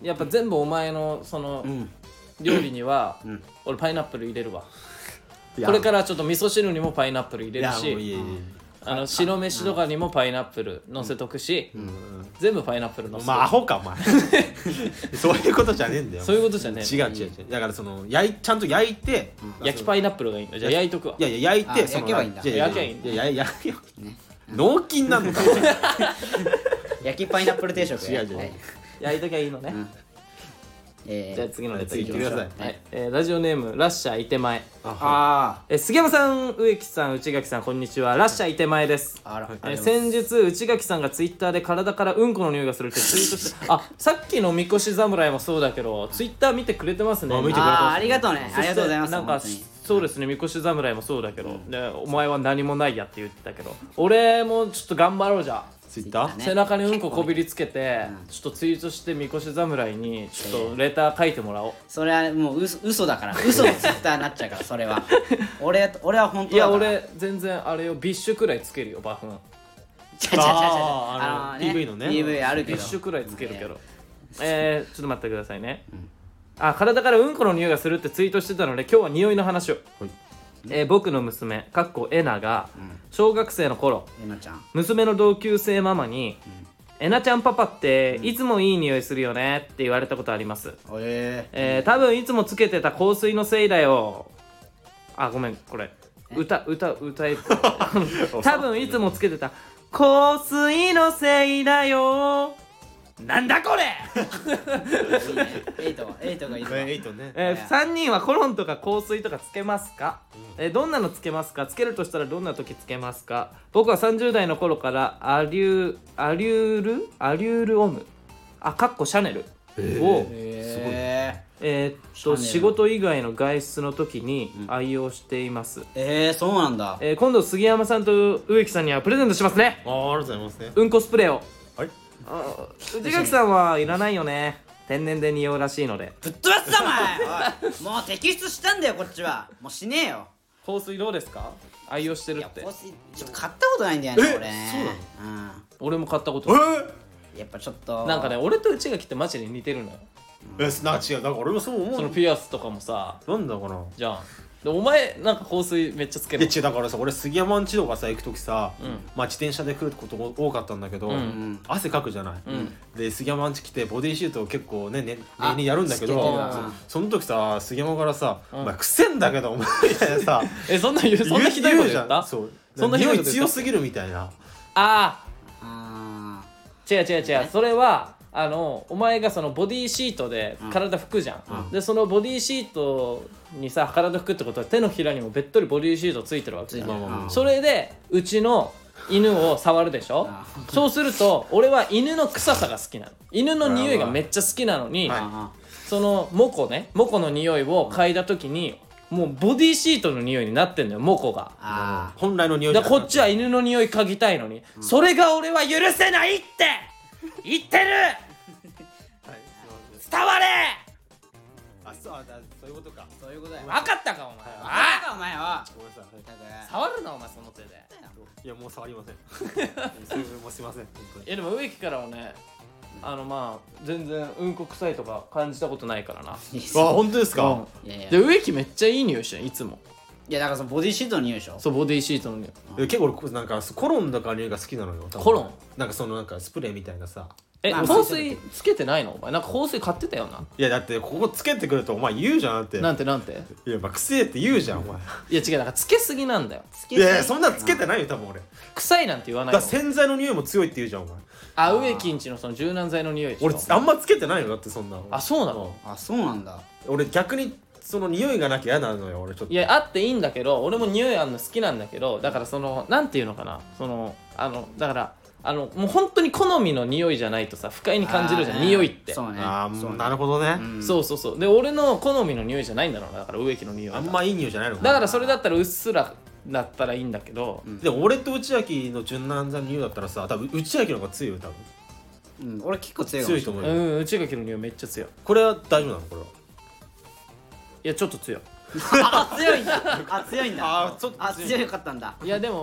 やっぱ全部お前のそのうん料理にはうん俺パイナップル入れるわ。 いやこれからちょっと味噌汁にもパイナップル入れるいやもういいし、 いいあの白飯とかにもパイナップル乗せとくし、全部パイナップル乗せとく。 まあアホかお前そういうことじゃねえんだよそういうことじゃねえ。 違う違う違うだからその焼いちゃんと焼いて焼きパイナップルがいいんだ。じゃあ焼いとくわ。 いやいや焼いてあその焼けばいいんだやや焼けばいいんだいやいや焼けよ脳筋なのか焼きパイナップル定食違う違うはい焼いときゃいいのね。 うんえーじゃあ次のネタ次いきましょう。 行ってくださいはい、えーラジオネームラッシャーいてまえ。 あえー杉山さん、植木さん、内垣さん、こんにちは。ラッシャーいてまえです。 ああらえー先日内垣さんがツイッターで体からうんこの匂いがするってツイートしてあさっきのみこし侍もそうだけどツイッター見てくれてますね。 あ見てくれてますあーありがとうねそしてありがとうございますなんか本当にそうですねみこし侍もそうだけど、でお前は何もないやって言ってたけど俺もちょっと頑張ろうじゃあ。 ツイッターね背中にうんここびりつけて、 うんちょっとツイートしてみこし侍にちょっとレター書いてもらおう。 それはもう嘘嘘だから嘘のツイッターになっちゃうからそれは俺俺は本当いやだから俺全然あれよビッシュくらいつけるよバフン。 ちゃちゃちゃちゃあーあの ピーブイ のねピーブイ あるけどビッシュくらいつけるけど、えー、ちょっと待ってくださいね、あ体からうんこの匂いがするってツイートしてたので今日は匂いの話を、 はいえー僕の娘かっこえなが小学生の頃えなちゃん娘の同級生ママに「えなちゃんパパっていつもいい匂いするよね」って言われたことあります、 ええー、多分いつもつけてた香水のせいだよ。あごめんこれ歌歌歌え多分いつもつけてた香水のせいだよ。なんだこれー、いいねエイトはエイトがいいわエイトねえー、さんにんはコロンとか香水とかつけますか、えーどんなのつけますか。つけるとしたらどんな時つけますか。僕はさんじゅう代の頃からアリューアリュールアリュールオムあかっこシャネルを、 ええーっとシャネル仕事以外の外出の時に愛用しています、 ー、えー、そうなんだえー今度杉山さんと植木さんにはプレゼントしますね。 あーありがとうございますねうんこスプレーを。 はいあ内垣さんはいらないよね。天然で匂うらしいので。 ぶっ飛ばすぞお前おいもう摘出したんだよこっちはもうしねえよ香水どうですか。愛用してるいやって香水ちょっと買ったことないんだよねえ俺そうなのう俺も買ったことえない。 んやっぱちょっとなんかね俺と内垣ってマジで似てるのよ。 えなんか違うなんか俺もそう思そうのピアスとかもさなんだかなじゃん。でお前なんか香水めっちゃつけるいや違うだからさ俺杉山んちとかさ行く時さ、 んまあ自転車で来ることも多かったんだけど、 うんうん汗かくじゃない、 うんで杉山んち来てボディーシートを結構ねねあ例年やるんだけどつけてるわその時さ杉山からさ「 うんお前くせんだけどお前」みたいなさえそんな言うそんなひどいことじゃ言ったんそうそんなひどいこと言った匂い強すぎるみたいなああー違う違う違うそれはあのお前がそのボディーシートで体拭くじゃん、 うんでそのボディーシートにさ体拭くってことは手のひらにもべっとりボディーシートついてるわけじゃんついてるまあまあまあそれでうちの犬を触るでしょあそうすると俺は犬の臭さが好きなの犬の匂いがめっちゃ好きなのに、 はいあそのモコねモコの匂いを嗅いだ時にもうボディーシートの匂いになってんのよモコがあ本来の匂いじゃなくだからこっちは犬の匂い嗅ぎたいのに、それが俺は許せないって言ってるはいすいま伝われせんあそうあだそういうことかそういうことだよ分かったかお前あああお前はごめんなさいったく触るなお前その手でいやもう触りませんそれもうすいません本当にいやでも植木からはねあのまあ全然うんこ臭いとか感じたことないからなあ本当ですか、 いやいやで植木めっちゃいい匂いしてるいつもいやだからそのボディシートの匂いでしょそうボディーシートの匂いえ結構俺こなんかコロンとか匂いが好きなのよ多分コロンなんかそのなんかスプレーみたいなさえまあ香水つけてないのお前なんか香水買ってたよないやだってここつけてくるとお前言うじゃんってなんてなんていやまあくせえって言うじゃんお前いや違うだからつけすぎなんだよいやいやそんなつけてないよ多分俺だ臭いなんて言わないのから洗剤の匂いも強いって言うじゃんお前あ植木んちのその柔軟剤の匂いでしょ俺あんまつけてないよだってそんなのあそうなのあそうなんだ俺逆にその匂いがなきゃ嫌なのよ俺ちょっといやあっていいんだけど俺も匂いあるの好きなんだけどだからそのなんていうのかなそのあのだからあのもう本当に好みの匂いじゃないとさ不快に感じるじゃんあーね匂いってそうねああそうねなるほどね、 うんそうそうそうで俺の好みの匂いじゃないんだろうなだから植木の匂いがあんまいい匂いじゃないのかだからそれだったらうっすらだったらいいんだけど、 んでも俺と内明の柔軟剤の匂いだったらさ多分内明の方が強いよ多分うん俺結構強いかもしれ強いと思うよ、 うん内垣の匂いめっちゃ強いこれは大丈夫なのこれはいやちょっと強いないあ強いんだあ強いんだあーちょっと強いあ強かったんだいやでも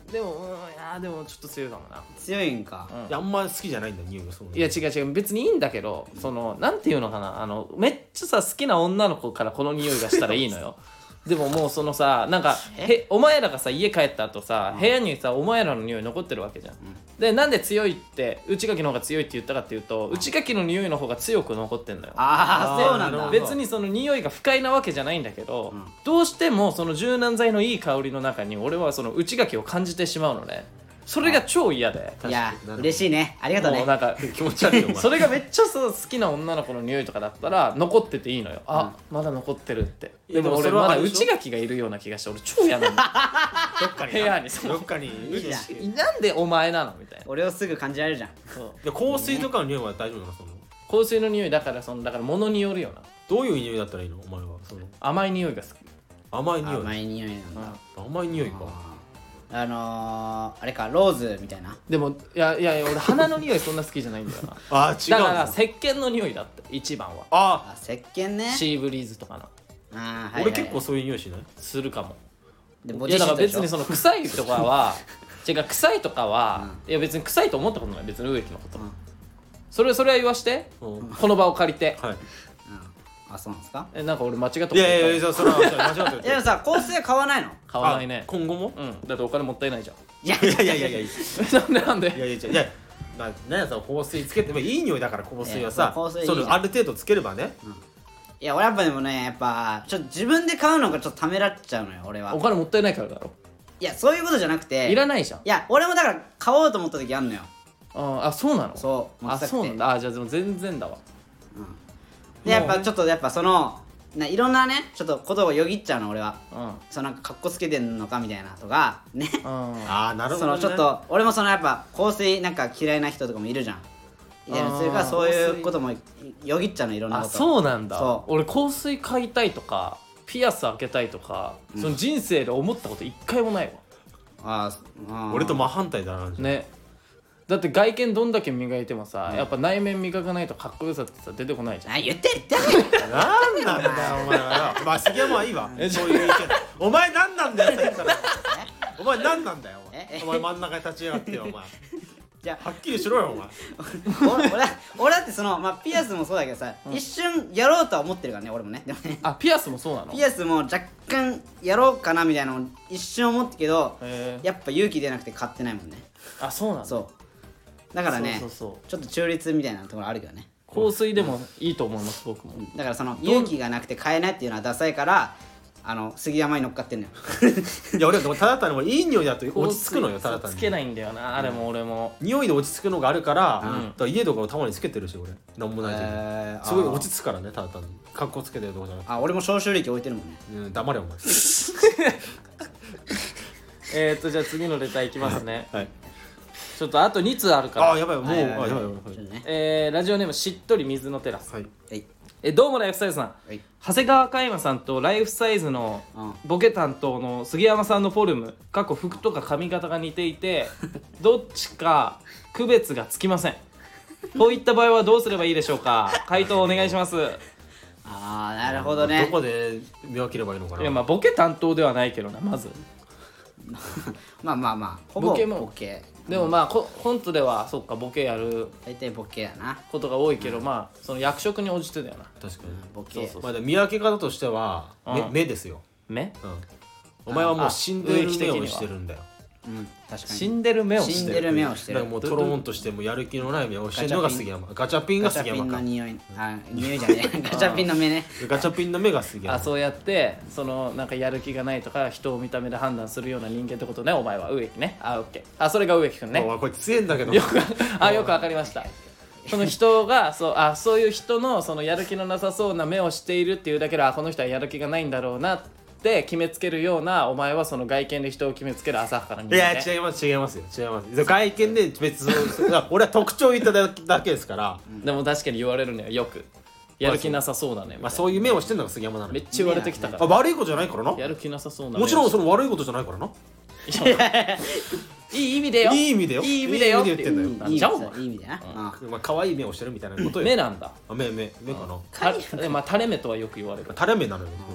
でも、うん、いやでもちょっと強いかもな。 強いんか、 うんいやあんま好きじゃないんだ匂いがそういや違う違う、別にいいんだけど、そのなんていうのかな、あのめっちゃさ好きな女の子からこの匂いがしたらいいのよ。でももうそのさ、なんかへお前らがさ家帰った後さ、部屋にさお前らの匂い残ってるわけじゃん、でなんで強いって内垣の方が強いって言ったかっていうと、内垣の匂いの方が強く残ってんのよ。 ああそうなんだなるほど別にその匂いが不快なわけじゃないんだけど、 うんどうしてもその柔軟剤のいい香りの中に俺はその内垣を感じてしまうのね。それが超嫌で、 いや確かに嬉しいね、ありがとうね。 もうなんか気持ち悪いよお前それがめっちゃそう好きな女の子の匂いとかだったら残ってていいのよ。あ、まだ残ってるって。 いやでも俺でもそれはまだあれでしょ内垣がいるような気がして俺超嫌なんだ。 どっかに部屋にそうどっかにいいじゃんなんでお前なのみたいな。 俺をすぐ感じられるじゃん。 そうで香水とかの匂いは大丈夫なのその香水の匂いだからそのだから物によるよな。 どういう匂いだったらいいのお前はその甘い匂いが好き。 甘い匂い甘い匂いなんだ、 甘い匂いかあのー、あれかローズみたいな。 でもいやいやいや俺鼻の匂いそんな好きじゃないんだよな。 あー違だうから石鹸の匂いだって一番は。 ああ石鹸ね。 シーブリーズとかのあー、はいはい、 俺結構そういう匂いしないするかも。 でボいやだからディシートでしょ別にその臭いとかは違う臭いとかは、いや別に臭いと思ったことない別に植木のこと、 うんそれそれは言わしてうんこの場を借りて。 はいうんあそうなんですか。 えなんか俺間違ったことい言ったやいやいやそれは間違ってるいやでもさ香水は買わないの。 買わないねあ。今後もうんだってお金もったいないじゃん。 いやいやいやいやいやいなんでなんでやいやいやいやまあ何やさ香水つけてもいい匂いだから香水はさいや香水いいじゃんそのある程度つければねいや俺やっぱでもねやっぱちょっと自分で買うのがちょっとためらっちゃうのよ俺は。 お金もったいないからだろ。 いやそういうことじゃなくていらないじゃん。 いや俺もだから買おうと思った時あんのよ。 ああそうなの。 そうあそうなんだ。あじゃあでも全然だわ。 でやっぱちょっとやっぱそのないろんなねちょっとことをよぎっちゃうの俺は。 うんそのなんかかっこつけてんのかみたいなとかねうんああなるほどねそのちょっと俺もそのやっぱ香水なんか嫌いな人とかもいるじゃんみたいなあーそれからそういうこともよぎっちゃうのいろんなあこと。 そうなんだ。 そう俺香水買いたいとかピアス開けたいとか、その人生で思ったこと一回もないわ。 あーあー俺と真反対だなねだって外見どんだけ磨いてもさ、やっぱ内面磨かないとかっこよさってさ出てこないじゃん。 あ言ってる言ってるなんなんだよお前はまあ杉山はいいわそういう意見お前なんなんだよって言ったらお前なんなんだよお前えお前真ん中に立ち上がってよお前じゃあはっきりしろよお前俺俺俺だってその、まあ、ピアスもそうだけどさ、一瞬やろうとは思ってるからね俺もねでもねあピアスもそうなの。 ピアスも若干やろうかなみたいなのを一瞬思ったけどへーやっぱ勇気出なくて買ってないもんね。 あそうなんだ。 そうだからねそうそうそうちょっと中立みたいなところあるけどね。 香水でもいいと思います僕も。 だからその勇気がなくて買えないっていうのはダサいからあの杉山に乗っかってんのよいや俺はただ単にいい匂いだと落ち着くのよただ単につけないんだよなあれも俺も。 匂いで落ち着くのがあるから、 うんだから家とかをたまにつけてるし俺なんもない時に、 えーすごいあー落ち着くからねただ単に格好つけてるとこじゃなくてあ俺も消臭力置いてるもんね。 うん黙れお前えーっとじゃあ次のレターいきますね。 はいちょっとあとに通あるから。 あーやばいもう、 はいはいはいあやばいやばいやばいちょっとねえーラジオネームしっとり水のテラス。 はいはいえどうもライフサイズさん。 はい長谷川嘉山さんとライフサイズのうんボケ担当の杉山さんのフォルム過去服とか髪型が似ていてどっちか区別がつきません。こういった場合はどうすればいいでしょうか。回答お願いします。 ああなるほどねどこで見分ければいいのかないやまあボケ担当ではないけどなまず。 まあまあまあほぼボケもボケでもまあココントではそっかボケやる大体ボケやなことが多いけど、まあその役職に応じてだよな。 確かに、 ボケそうまあ、でも見分け方としては、目うん目ですよ、 目うん、お前はもうあ死んでる目を植木的にはしてるんだようん確かに死んでる目をしてる。 死んでる目をしてるだからもうトローンとしてもやる気のない目をしてるのが杉山ガチャピンがガチャピンの杉山か匂いあ匂いじゃねえガチャピンの目ねガチャピンの目が杉山あそうやってそのなんかやる気がないとか人を見た目で判断するような人間ってことねお前は植木ね。あオッケー。あそれが植木くんね。 おいこれ強えんだけどよくあよくわかりました。その人がそうあそういう人のそのやる気のなさそうな目をしているっていうだけであこの人はやる気がないんだろうなって決めつけるようなお前はその外見で人を決めつける浅はかな人い間、ね、 や違います違いますよ違います外見で別に俺は特徴を言っただけだけですから、 でも確かに言われるのよよくやる気なさそうだねみたいな、 まあ、そういう目をしてるのが杉山なのよめっちゃ言われてきたかあら悪いことじゃないからなやる気なさそうな目もちろんそのの悪いことじゃないからないい意味でよいい意味でよいい意味でよいい意味で言ってんだよなんじゃお前いい意味だなうんまあ可愛い目をしてるみたいなことよ目なんだ。 あ目目目かなたまあ垂れ目とはよく言われる。 垂れ目なのよ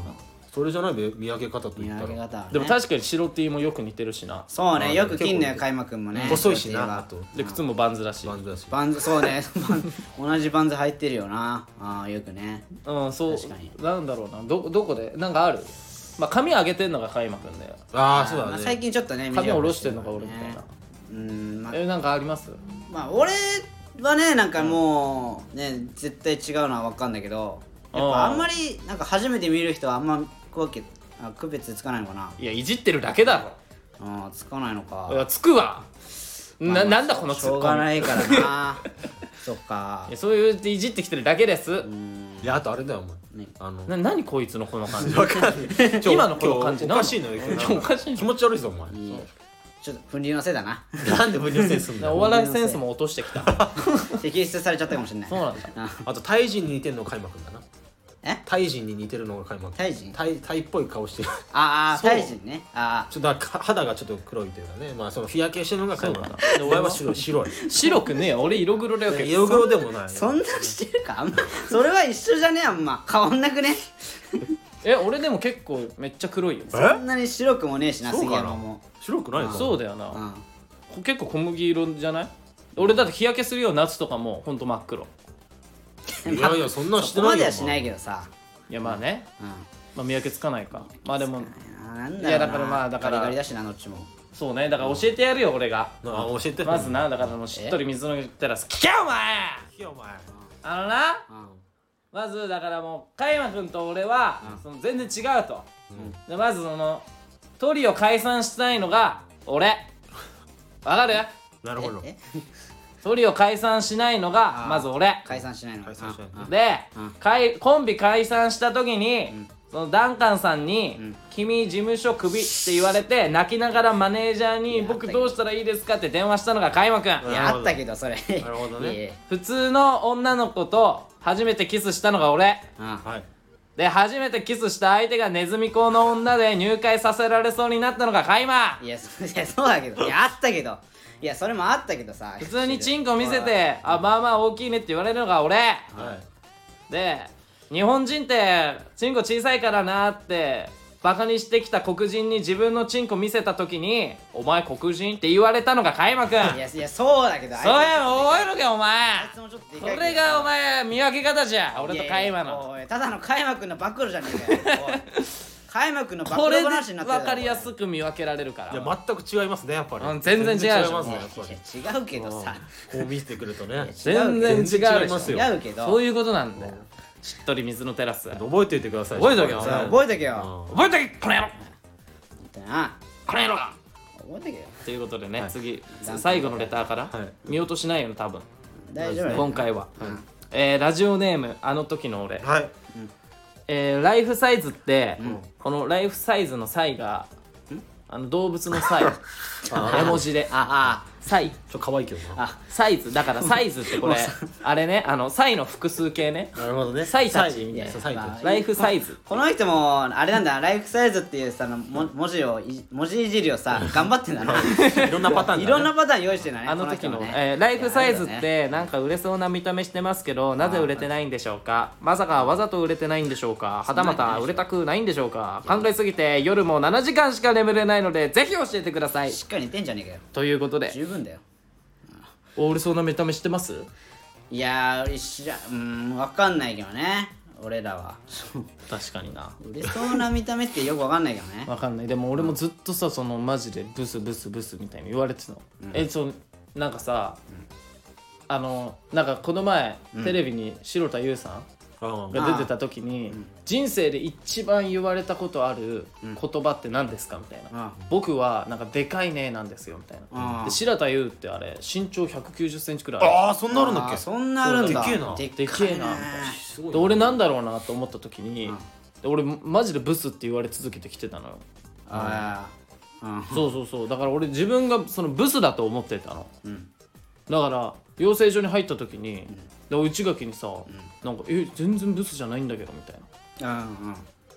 それじゃない見分け方と見言ったら分け方はねでも確かに白 T もよく似てるしな。 そうねよく着んのよ結構開幕くんもね細いしなああとで靴もバンズだし。 バンズだしバンズそうね同じバンズ履いてるよなあーよくねうんそう確かになんだろうなどどこでなんかある。まあ髪上げてんのが開幕んだよ。 まあああそうだね最近ちょっとね髪見るように下ろしてんのが俺みたいな。 うーんまあえなんかあります？ まあ俺はねなんかもうね絶対違うのは分かんないけどやっぱあんまりなんか初めて見る人はあんまこうけあ区別つかないのかないやいじってるだけだろ。 あーつかないのかいやつくわ。ななんだこのしツッコミ。 ょうがないからなそっかいやそういういじってきてるだけです。 うーんいやあとあれだよお前ねあのな何こいつのこの感じ。 わかんない今のこの感じ今日おかしいのよ今日おかしいの気持ち悪いぞお前いいちょっと粉流のせいだななんで分量センスすんだよお笑いセンスも落としてきた。 摘出されちゃったかもしれないそうなんだ。 ああとタイ人に似てるのが開幕だなえタイ人に似てるのが開幕タイ人タイタイっぽい顔してるああそうタイ人ねあちょっとだから肌がちょっと黒いというかねまあその日焼けしてるのが開幕そうでお前は白い白い白くねえよ俺色黒だよ。 色黒でもないあそんなしてるかあんまそれは一緒じゃねえあんま変わんなくねえ俺でも結構めっちゃ黒いよ。 そんなに白くもねえしな杉そうかな山も白くないのそうだよな。 うん結構小麦色じゃない？俺だって日焼けするよ夏とかもほんと真っ黒。 いやいやそんなんしそてないよこまではしないけどさいやまあね、 うんまあ見分けつかないか。まあでもあーなんだろうないやだからまあだからガリガリだしなどっちもそうねだから教えてやるよ俺が。 なあ教えてまずなだからもうしっとり水のテラス聞けよお前。 聞けよお前あのなうんまずだからもう加山君と俺は、 うんその全然違うと、でまずそのトリを解散したいのが俺わかる？ なるほどえトリを解散しないのがあーまず俺解散しないの解散しないうんうんで、 うんかいコンビ解散した時に、 んそのダンカンさんに、 うん君事務所クビって言われて泣きながらマネージャーにいや僕どうしたらいいですかって電話したのが開幕。 いやあったけどそれなるほどねいいえ普通の女の子と初めてキスしたのが俺うんはいで初めてキスした相手がネズミ講の女で入会させられそうになったのが開幕。 いやそいやそうだけどいやあったけどいやそれもあったけどさ普通にチンコ見せてあまあまあ大きいねって言われるのが俺はいで日本人ってチンコ小さいからなってバカにしてきた黒人に自分のチンコ見せた時にお前黒人って言われたのが開幕。 いやいやそうだけどあいつそうや覚えろけお前あいつもちょっとでこかいけどれがお前見分け方じゃ俺と開幕のおいただの開幕の暴露じゃねえかよおい開幕の暴露これで話になってる分かりやすく見分けられるからいや全く違いますねやっぱりうん全然違うでしょ違いますねやっぱりいや違うけどさこう見せてくるとね全然違うでしょ全然違いますよ違うけどそういうことなんだよしっとり水のテラス覚覚えておいてください覚えとけよそうはい覚えとけようんえとけこの野郎本当なこの野郎覚えとけよということでね、 はい次最後のレターから、 はい見落としないよね多分大丈夫今回は、 うんえーラジオネームあの時の俺、 はいえーライフサイズって、 んこのライフサイズのサイがあの動物のサイ絵文字であサイちょっと可愛いけどなあサイズだからサイズってこれあれねあのサイの複数形ねなるほどねサイたちみたいなそうサイたちライフサイズこの人もあれなんだライフサイズっていうさのも文字をい文字いじりをさ頑張ってんだないろんなパターンだねいろんなパターン用意してるんだねあの時のこ人もねえーライフサイズっいやあるよねてなんか売れそうな見た目してますけどなぜ売れてないんでしょうかまさかわざと売れてないんでしょうかはたまた売れたくないんでしょうか考えすぎて夜もななじかんしか眠れないのでぜひ教えてくださいしっかり寝てんじゃねえかよということで十分だよ売れそうな見た目してますいやー知らうーん分かんないけどね俺らは確かにな売れそうな見た目ってよく分かんないけどねわかんないでも俺もずっとさそのマジでブスブスブスみたいに言われてたの、えそうなんかさ、あのなんかこの前、テレビに城田優さんうんが出てた時に、人生で一番言われたことある言葉って何ですかみたいな、 うん僕はなんかでかいねなんですよみたいな、 うんで白田優ってあれ身長ひゃくきゅうじゅっセンチくらいあるああそんなあるんだっけあーそんなあるんだそうだでっけえなででっけえなみたいなすごいで俺なんだろうなと思った時に、 うんで俺マジでブスって言われ続けてきてたのよああうんそうそうそうだから俺自分がそのブスだと思ってたのうんだから養成所に入った時に、で内垣にさ、なんか「え全然ブスじゃないんだけど」みたいなうんうん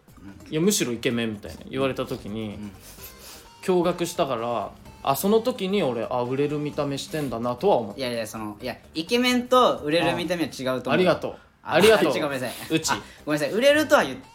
「いやむしろイケメン」みたいな言われた時に、驚愕したからあその時に俺あ売れる見た目してんだなとは思っいやいやそのいやイケメンと売れる見た目は違うと思うたありがとうあありがとう違うごめんなさいうちあごめんなさい売れるとは言っ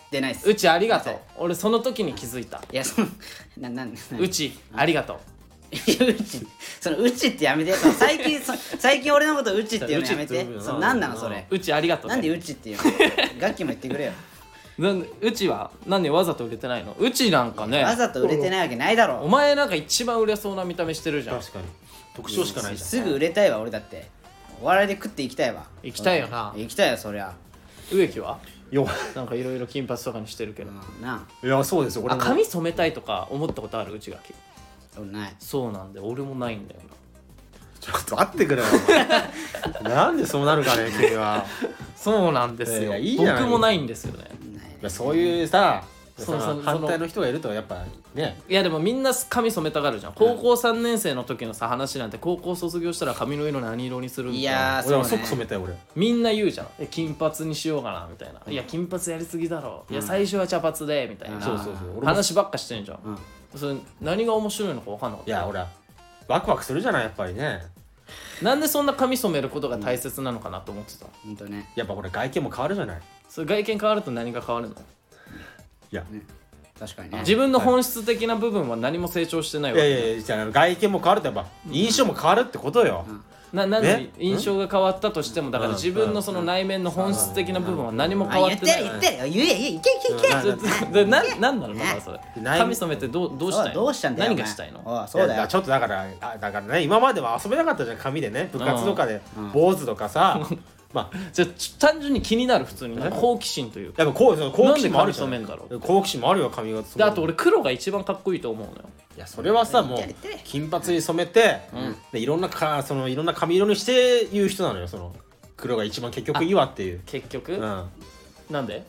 出ないっす。 うちありがとう。俺その時に気づいた。 いやそのななんなんうちありがとう。 いやうちそのうちってやめて。その最近そ最近俺のことうちっていうのやめて。 うちって言うよなそのなんなのそれ。 うちありがとう。 なんでうちっていうの。楽器も言ってくれよ。 なんでうちはなんでわざと売れてないの？うちなんかね、 わざと売れてないわけないだろ。 お前なんか一番売れそうな見た目してるじゃん。 確かに特徴しかないじゃん。 すぐ売れたいわ俺だって。お笑いで食っていきたいわ。 行きたいよな。 行きたいよそりゃ。 植木はよなんかいろいろ金髪とかにしてるけど、 うんなあ。 いやそうですよ俺あ、 も髪染めたいとか思ったことある？内垣。 俺ない。 そうなんで俺もないんだよな。 ちょっと待ってくれよお前なんでそうなるかね君は。 そうなんですよ。 いやいいじゃない僕もないんですよね。 ないいやそういうさそうそうその反対の人がいるとやっぱね。 いやでもみんな髪染めたがるじゃん。高校さんねん生の時のさ話なんて、高校卒業したら髪の色何色にするみたいいな。 やーそうね。 俺は即染めたよ俺。 みんな言うじゃん。え金髪にしようかなみたいな。いや金髪やりすぎだろ。いや最初は茶髪でみたいな。 そうそうそう俺も話ばっかしてんじゃん。 うんそれ何が面白いのか分かんなかった。 いや俺はワクワクするじゃないやっぱりね。 なんでそんな髪染めることが大切なのかなと思ってた。 ほんとね。 やっぱこれ外見も変わるじゃない。 それ外見変わると何が変わるの？ いや確かにね。 自分の本質的な部分は何も成長してないいやわけ。 いやいやじゃあ外見も変わるってやっぱ印象も変わるってことよ。 ななんでね印象が変わったとしても、だから自分のその内面の本質的な部分は何も変わあ言ってってない。 る言ってる。言え言えいけいけいけ。 でななんなのだからそれ。 ない髪染めてどうどうしたいの？ どうしたんだよ。 何がしたいの？ おそうだよ。 いやちょっとだからあだからね今までは遊べなかったじゃん髪でね部活とかで坊主とかさまあじゃあち単純に気になる、普通に好奇心というか。 やっぱこうその好奇心もあるじゃん。 なんで髪染めんだ好奇心もあるよ髪型。 であと俺黒が一番かっこいいと思うのよ。 いやそれはさもう言ってる言ってる金髪に染めて、でいろんなかそのいろんな髪色にして言う人なのよ。その黒が一番結局いいわっていう。 結局、 うんなんで？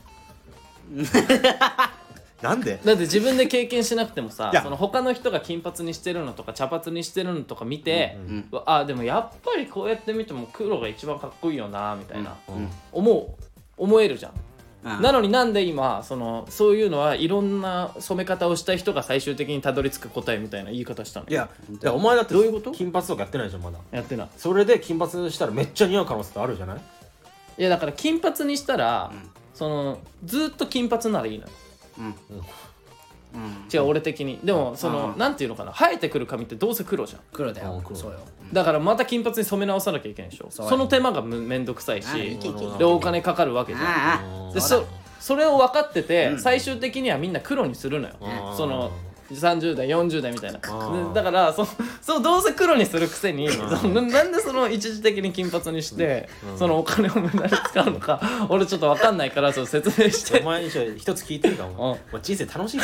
なんで？ だって自分で経験しなくてもさいや、 その他の人が金髪にしてるのとか茶髪にしてるのとか見て、 うんうわあでもやっぱりこうやって見ても黒が一番かっこいいよなみたいな、 うん思う思えるじゃん。 うんなのになんで今そのそういうのはいろんな染め方をした人が最終的にたどり着く答えみたいな言い方したの？ いやいやお前だってどういうこと金髪とかやってないじゃんまだ。 やってない。 それで金髪したらめっちゃ似合う可能性ってあるじゃない。 いやだから金髪にしたら、 うんそのずっと金髪ならいいのよ。 うんうん違う俺的に。でもそのうんなんていうのかな、生えてくる髪ってどうせ黒じゃん。 黒だようん黒そうよ。 だからまた金髪に染め直さなきゃいけないでしょ。 そうその手間がむめんどくさいあいし、 けいけいけでお金かかるわけじゃん。 ああでそうだそそれを分かってて、 うん最終的にはみんな黒にするのよ。 うんそのさんじゅう代よんじゅう代みたいな。 うんでだからそそうどうせ黒にするくせに、そのなんでその一時的に金髪にして、そのお金を無駄に使うのか俺ちょっと分かんないからちょっと説明してお。前一応一つ聞いてるかお前。 うんお前人生楽しいか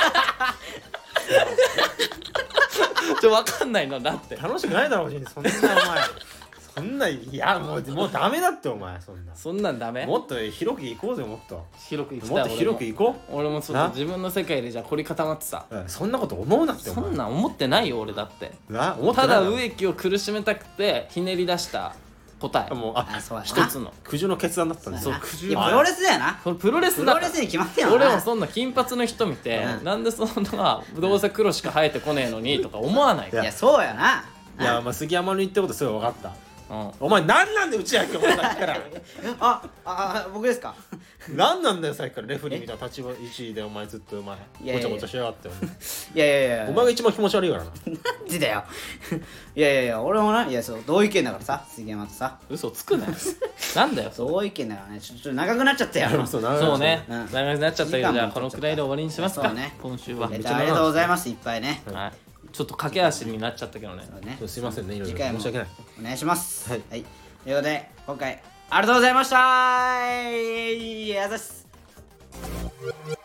ちょ分かんないのだって。 楽しくないだろ人生そんなお前そんないやもうもうダメだってお前そんな。 そんなんダメ？ もっと広く行こうぜもっと。 広く行きたい。 もっと広く行こう。 俺もちょっと自分の世界でじゃあ凝り固まってさ。 うんそんなこと思うなってお前。 そんなん思ってないよ俺だって。 な思ってたないだ植木を苦しめたくてひねり出した答えもうああそうやな一つの。 苦渋の決断だったんだ。 そうな苦渋いやプロレスだよな。 これプロレスだからプロレスに決まってんよな。 俺もそんな金髪の人見て、 うんなんでそんなどうせ黒しか生えてこねえのにとか思わないから。 いやそうやな。 いやまあ杉山の言ってることすごい分かった。 うんお前何なんだよ内垣お前さっきからあああ僕ですか。 何なんだよさっきからレフェリーみたいな立場位置でお前ずっとお前いやいやいやごちゃごちゃしやがってお前いやいやいや。 お前が一番気持ち悪いからな。 マジだよ。いやいやいや俺もないやそう同意見だからさ杉山とさ嘘つくなよなんだよそ同意見だからねちょちょっと長くなっちゃったよ。 そううそうね、 うん長くなっちゃったけど時間もじゃあこのくらいで終わりにしますか。 そうね今週は、 レターありがとうございますいっぱいね。 はい、ちょっと駆け足になっちゃったけどね。 そうねすいませんねいろいろ次回も申し訳ない。 お願いします。 はいはい。ということで今回ありがとうございました。いやざっす。